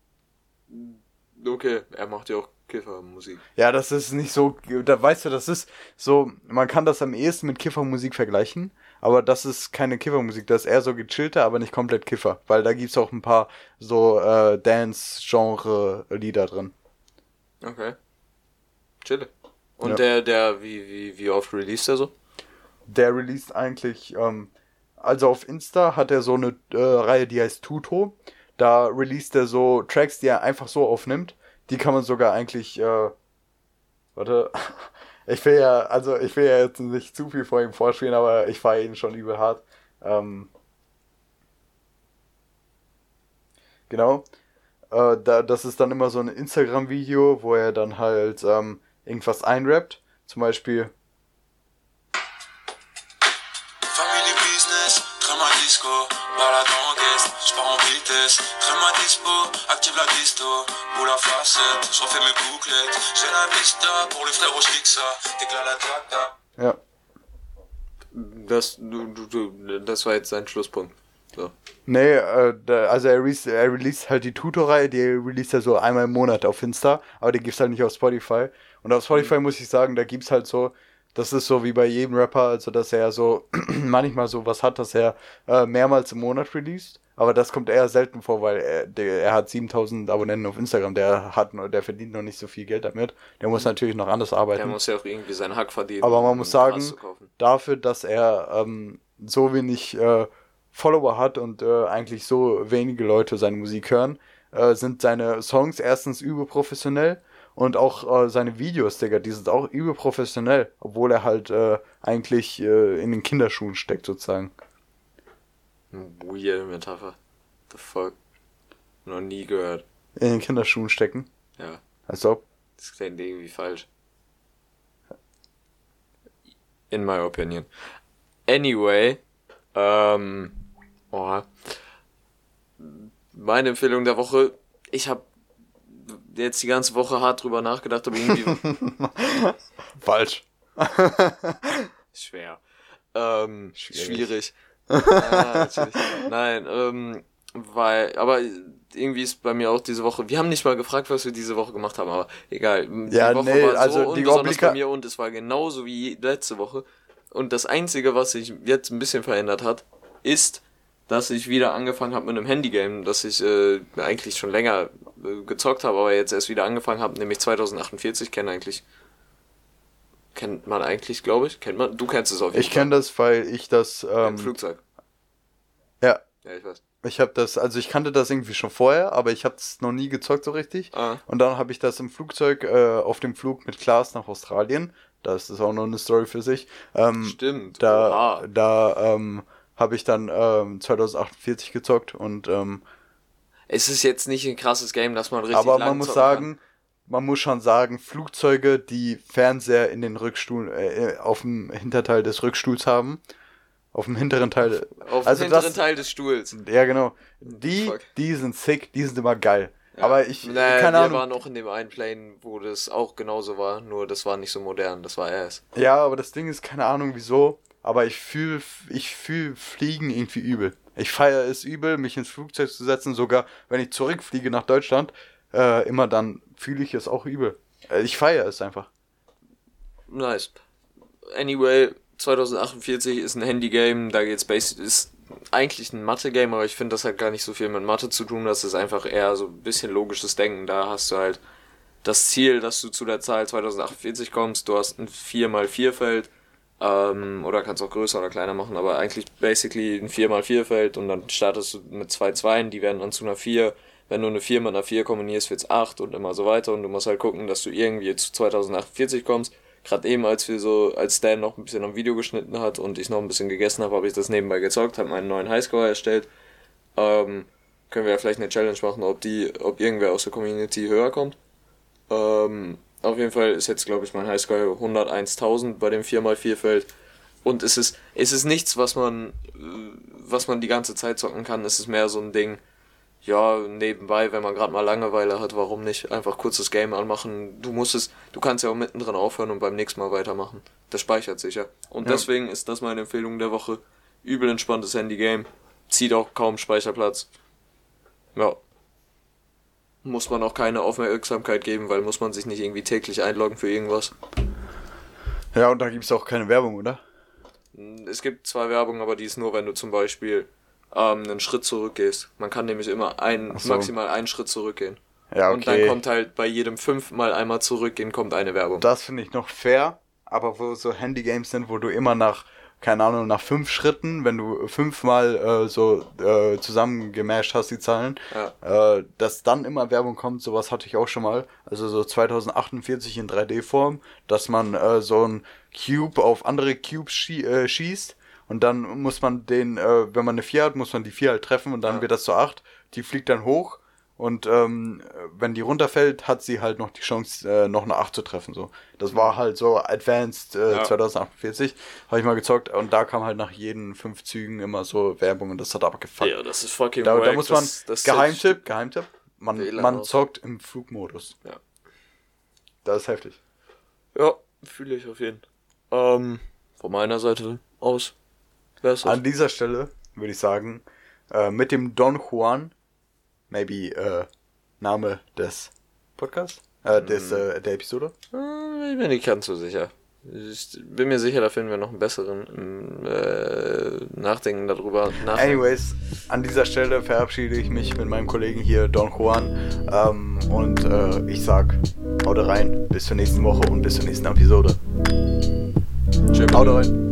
Okay, er macht ja auch Kiffermusik. Ja, das ist nicht so, da weißt du, das ist so, man kann das am ehesten mit Kiffermusik vergleichen, aber das ist keine Kiffermusik, das ist eher so gechillter, aber nicht komplett Kiffer, weil da gibt's auch ein paar so äh, Dance-Genre-Lieder drin. Okay. Chill. Und Ja. der, der, wie, wie, wie oft released er so? Der released eigentlich, ähm, also auf Insta hat er so eine äh, Reihe, die heißt Tuto. Da released er so Tracks, die er einfach so aufnimmt. Die kann man sogar eigentlich, äh, warte, ich will ja, also ich will ja jetzt nicht zu viel vor ihm vorspielen, aber ich feiere ihn schon übel hart. Ähm, genau. Äh, da, das ist dann immer so ein Instagram-Video, wo er dann halt ähm, irgendwas einrappt. Zum Beispiel. Family Business, crème disco, balade en guest, j'pars en vitesse, crème dispo, active la disto, boule à facette, je refais mes bouclettes, j'ai la vista, pour les frères je ça, t'éclate la tata. Ja. Das, du, du, du, das war jetzt sein Schlusspunkt. So. Nee, äh, da, also er, release, er released halt die Tutor-Reihe, die released er so einmal im Monat auf Insta, aber die gibt's halt nicht auf Spotify. Und auf Spotify mhm. muss ich sagen, da gibt's halt so, das ist so wie bei jedem Rapper, also dass er so manchmal so was hat, dass er äh, mehrmals im Monat released, aber das kommt eher selten vor, weil er, der, er hat siebentausend Abonnenten auf Instagram, der hat der verdient noch nicht so viel Geld damit, der muss natürlich noch anders arbeiten. Der muss ja auch irgendwie seinen Hack verdienen. Aber man muss sagen, dafür, dass er ähm, so wenig äh, Follower hat und äh, eigentlich so wenige Leute seine Musik hören, äh, sind seine Songs erstens überprofessionell und auch äh, seine Videos, Digga, die sind auch überprofessionell, obwohl er halt äh, eigentlich äh, in den Kinderschuhen steckt, sozusagen. Weird Metapher. The fuck? Noch nie gehört. In den Kinderschuhen stecken? Ja. Als ob? Das klingt irgendwie falsch. In my opinion. Anyway, ähm, oh, meine Empfehlung der Woche, ich habe jetzt die ganze Woche hart drüber nachgedacht, aber irgendwie... Falsch. Schwer. Ähm, schwierig. schwierig. Ja, natürlich. Nein, ähm, weil, aber irgendwie ist bei mir auch diese Woche, wir haben nicht mal gefragt, was wir diese Woche gemacht haben, aber egal. Die ja, Woche nee, war so also die unbesonders Obliga- bei mir und es war genauso wie letzte Woche. Und das Einzige, was sich jetzt ein bisschen verändert hat, ist, dass ich wieder angefangen habe mit einem Handygame, das ich äh, eigentlich schon länger äh, gezockt habe, aber jetzt erst wieder angefangen habe, nämlich zwanzig achtundvierzig, kennt eigentlich, kennt man eigentlich, glaube ich, kennt man, du kennst es auf jeden ich Fall. Ich kenne das, weil ich das... Ähm, Im Flugzeug. Ja. Ja, ich weiß. Ich habe das, also ich kannte das irgendwie schon vorher, aber ich habe es noch nie gezockt so richtig. Ah. Und dann habe ich das im Flugzeug, äh, auf dem Flug mit Klaas nach Australien, da ist das auch noch eine Story für sich. Ähm, Stimmt. Da, Oha. da ähm, habe ich dann ähm, zwanzig achtundvierzig gezockt und ähm, es ist jetzt nicht ein krasses Game, dass man richtig aber lang man muss zocken sagen, kann. man muss schon sagen, Flugzeuge, die Fernseher in den Rückstuhl, äh, auf dem Hinterteil des Rückstuhls haben, auf dem hinteren Teil, Auf also dem hinteren das, Teil des Stuhls. ja genau, die, Fuck. die sind sick, die sind immer geil. Ja. Aber ich, naja, keine wir Ahnung. waren noch in dem einen Plane, wo das auch genauso war, nur das war nicht so modern, das war erst. Ja, aber das Ding ist, keine Ahnung wieso, aber ich fühle ich fühl Fliegen irgendwie übel. Ich feiere es übel, mich ins Flugzeug zu setzen, sogar wenn ich zurückfliege nach Deutschland, äh, immer dann fühle ich es auch übel. Äh, ich feiere es einfach. Nice. Anyway, zwanzig achtundvierzig ist ein Handygame, da geht's basic, ist eigentlich ein Mathe-Game, aber ich finde, das hat gar nicht so viel mit Mathe zu tun, das ist einfach eher so ein bisschen logisches Denken. Da hast du halt das Ziel, dass du zu der Zahl zwanzig achtundvierzig kommst, du hast ein vier mal vier Feld, ähm, oder kannst auch größer oder kleiner machen, aber eigentlich basically ein vier mal vier Feld und dann startest du mit zwei Zweien, die werden dann zu einer vier. Wenn du eine vier mit einer vier kombinierst, wird's acht und immer so weiter und du musst halt gucken, dass du irgendwie zu zwanzig achtundvierzig kommst. Gerade eben, als wir so, als Stan noch ein bisschen am Video geschnitten hat und ich noch ein bisschen gegessen habe, habe ich das nebenbei gezockt, habe meinen neuen Highscore erstellt. Ähm, können wir ja vielleicht eine Challenge machen, ob die, ob irgendwer aus der Community höher kommt. Ähm, auf jeden Fall ist jetzt, glaube ich, mein Highscore hunderteinstausend bei dem vier mal vier Feld. Und es ist, es ist nichts, was man, was man die ganze Zeit zocken kann. Es ist mehr so ein Ding, ja, nebenbei, wenn man gerade mal Langeweile hat, warum nicht einfach kurz das Game anmachen. Du musst es, du kannst ja auch mittendrin aufhören und beim nächsten Mal weitermachen. Das speichert sich ja. Und ja. Deswegen ist das meine Empfehlung der Woche. Übel entspanntes Handy-Game. Zieht auch kaum Speicherplatz. Ja. Muss man auch keine Aufmerksamkeit geben, weil muss man sich nicht irgendwie täglich einloggen für irgendwas. Ja, und da gibt's auch keine Werbung, oder? Es gibt zwar Werbung, aber die ist nur, wenn du zum Beispiel ähm, einen Schritt zurückgehst. Man kann nämlich immer ein, so. maximal einen Schritt zurückgehen. Ja, okay. Und dann kommt halt bei jedem fünfmal einmal zurückgehen, kommt eine Werbung. Das finde ich noch fair, aber wo so Handygames sind, wo du immer nach, keine Ahnung, nach fünf Schritten, wenn du fünfmal äh, so äh, zusammengemasht hast, die Zahlen, ja. äh, dass dann immer Werbung kommt, sowas hatte ich auch schon mal. Also so zwanzig achtundvierzig in drei D-Form, dass man äh, so ein Cube auf andere Cubes schie- äh, schießt und dann muss man den, äh, wenn man eine vier hat, muss man die vier halt treffen und dann ja. wird das zu acht. Die fliegt dann hoch und ähm, wenn die runterfällt, hat sie halt noch die Chance, äh, noch eine acht zu treffen. So, das war halt so Advanced äh, ja. zwanzig achtundvierzig, habe ich mal gezockt und da kam halt nach jeden fünf Zügen immer so Werbung und das hat aber gefuckt. Ja, das ist fucking Da, wack. da muss man, das, das Geheimtipp, Geheimtipp, man, man zockt im Flugmodus. Ja. Das ist heftig. Ja, fühle ich auf jeden Fall. Ähm, von meiner Seite aus. An dieser Stelle würde ich sagen, äh, mit dem Don Juan, maybe äh, Name des Podcasts, äh, des, äh, der Episode? Ich bin nicht ganz so sicher. Ich bin mir sicher, da finden wir noch einen besseren äh, Nachdenken darüber. Nachdenken. Anyways, an dieser Stelle verabschiede ich mich mit meinem Kollegen hier, Don Juan, ähm, und äh, ich sag, haut rein, bis zur nächsten Woche und bis zur nächsten Episode. Tschüss. Haut rein.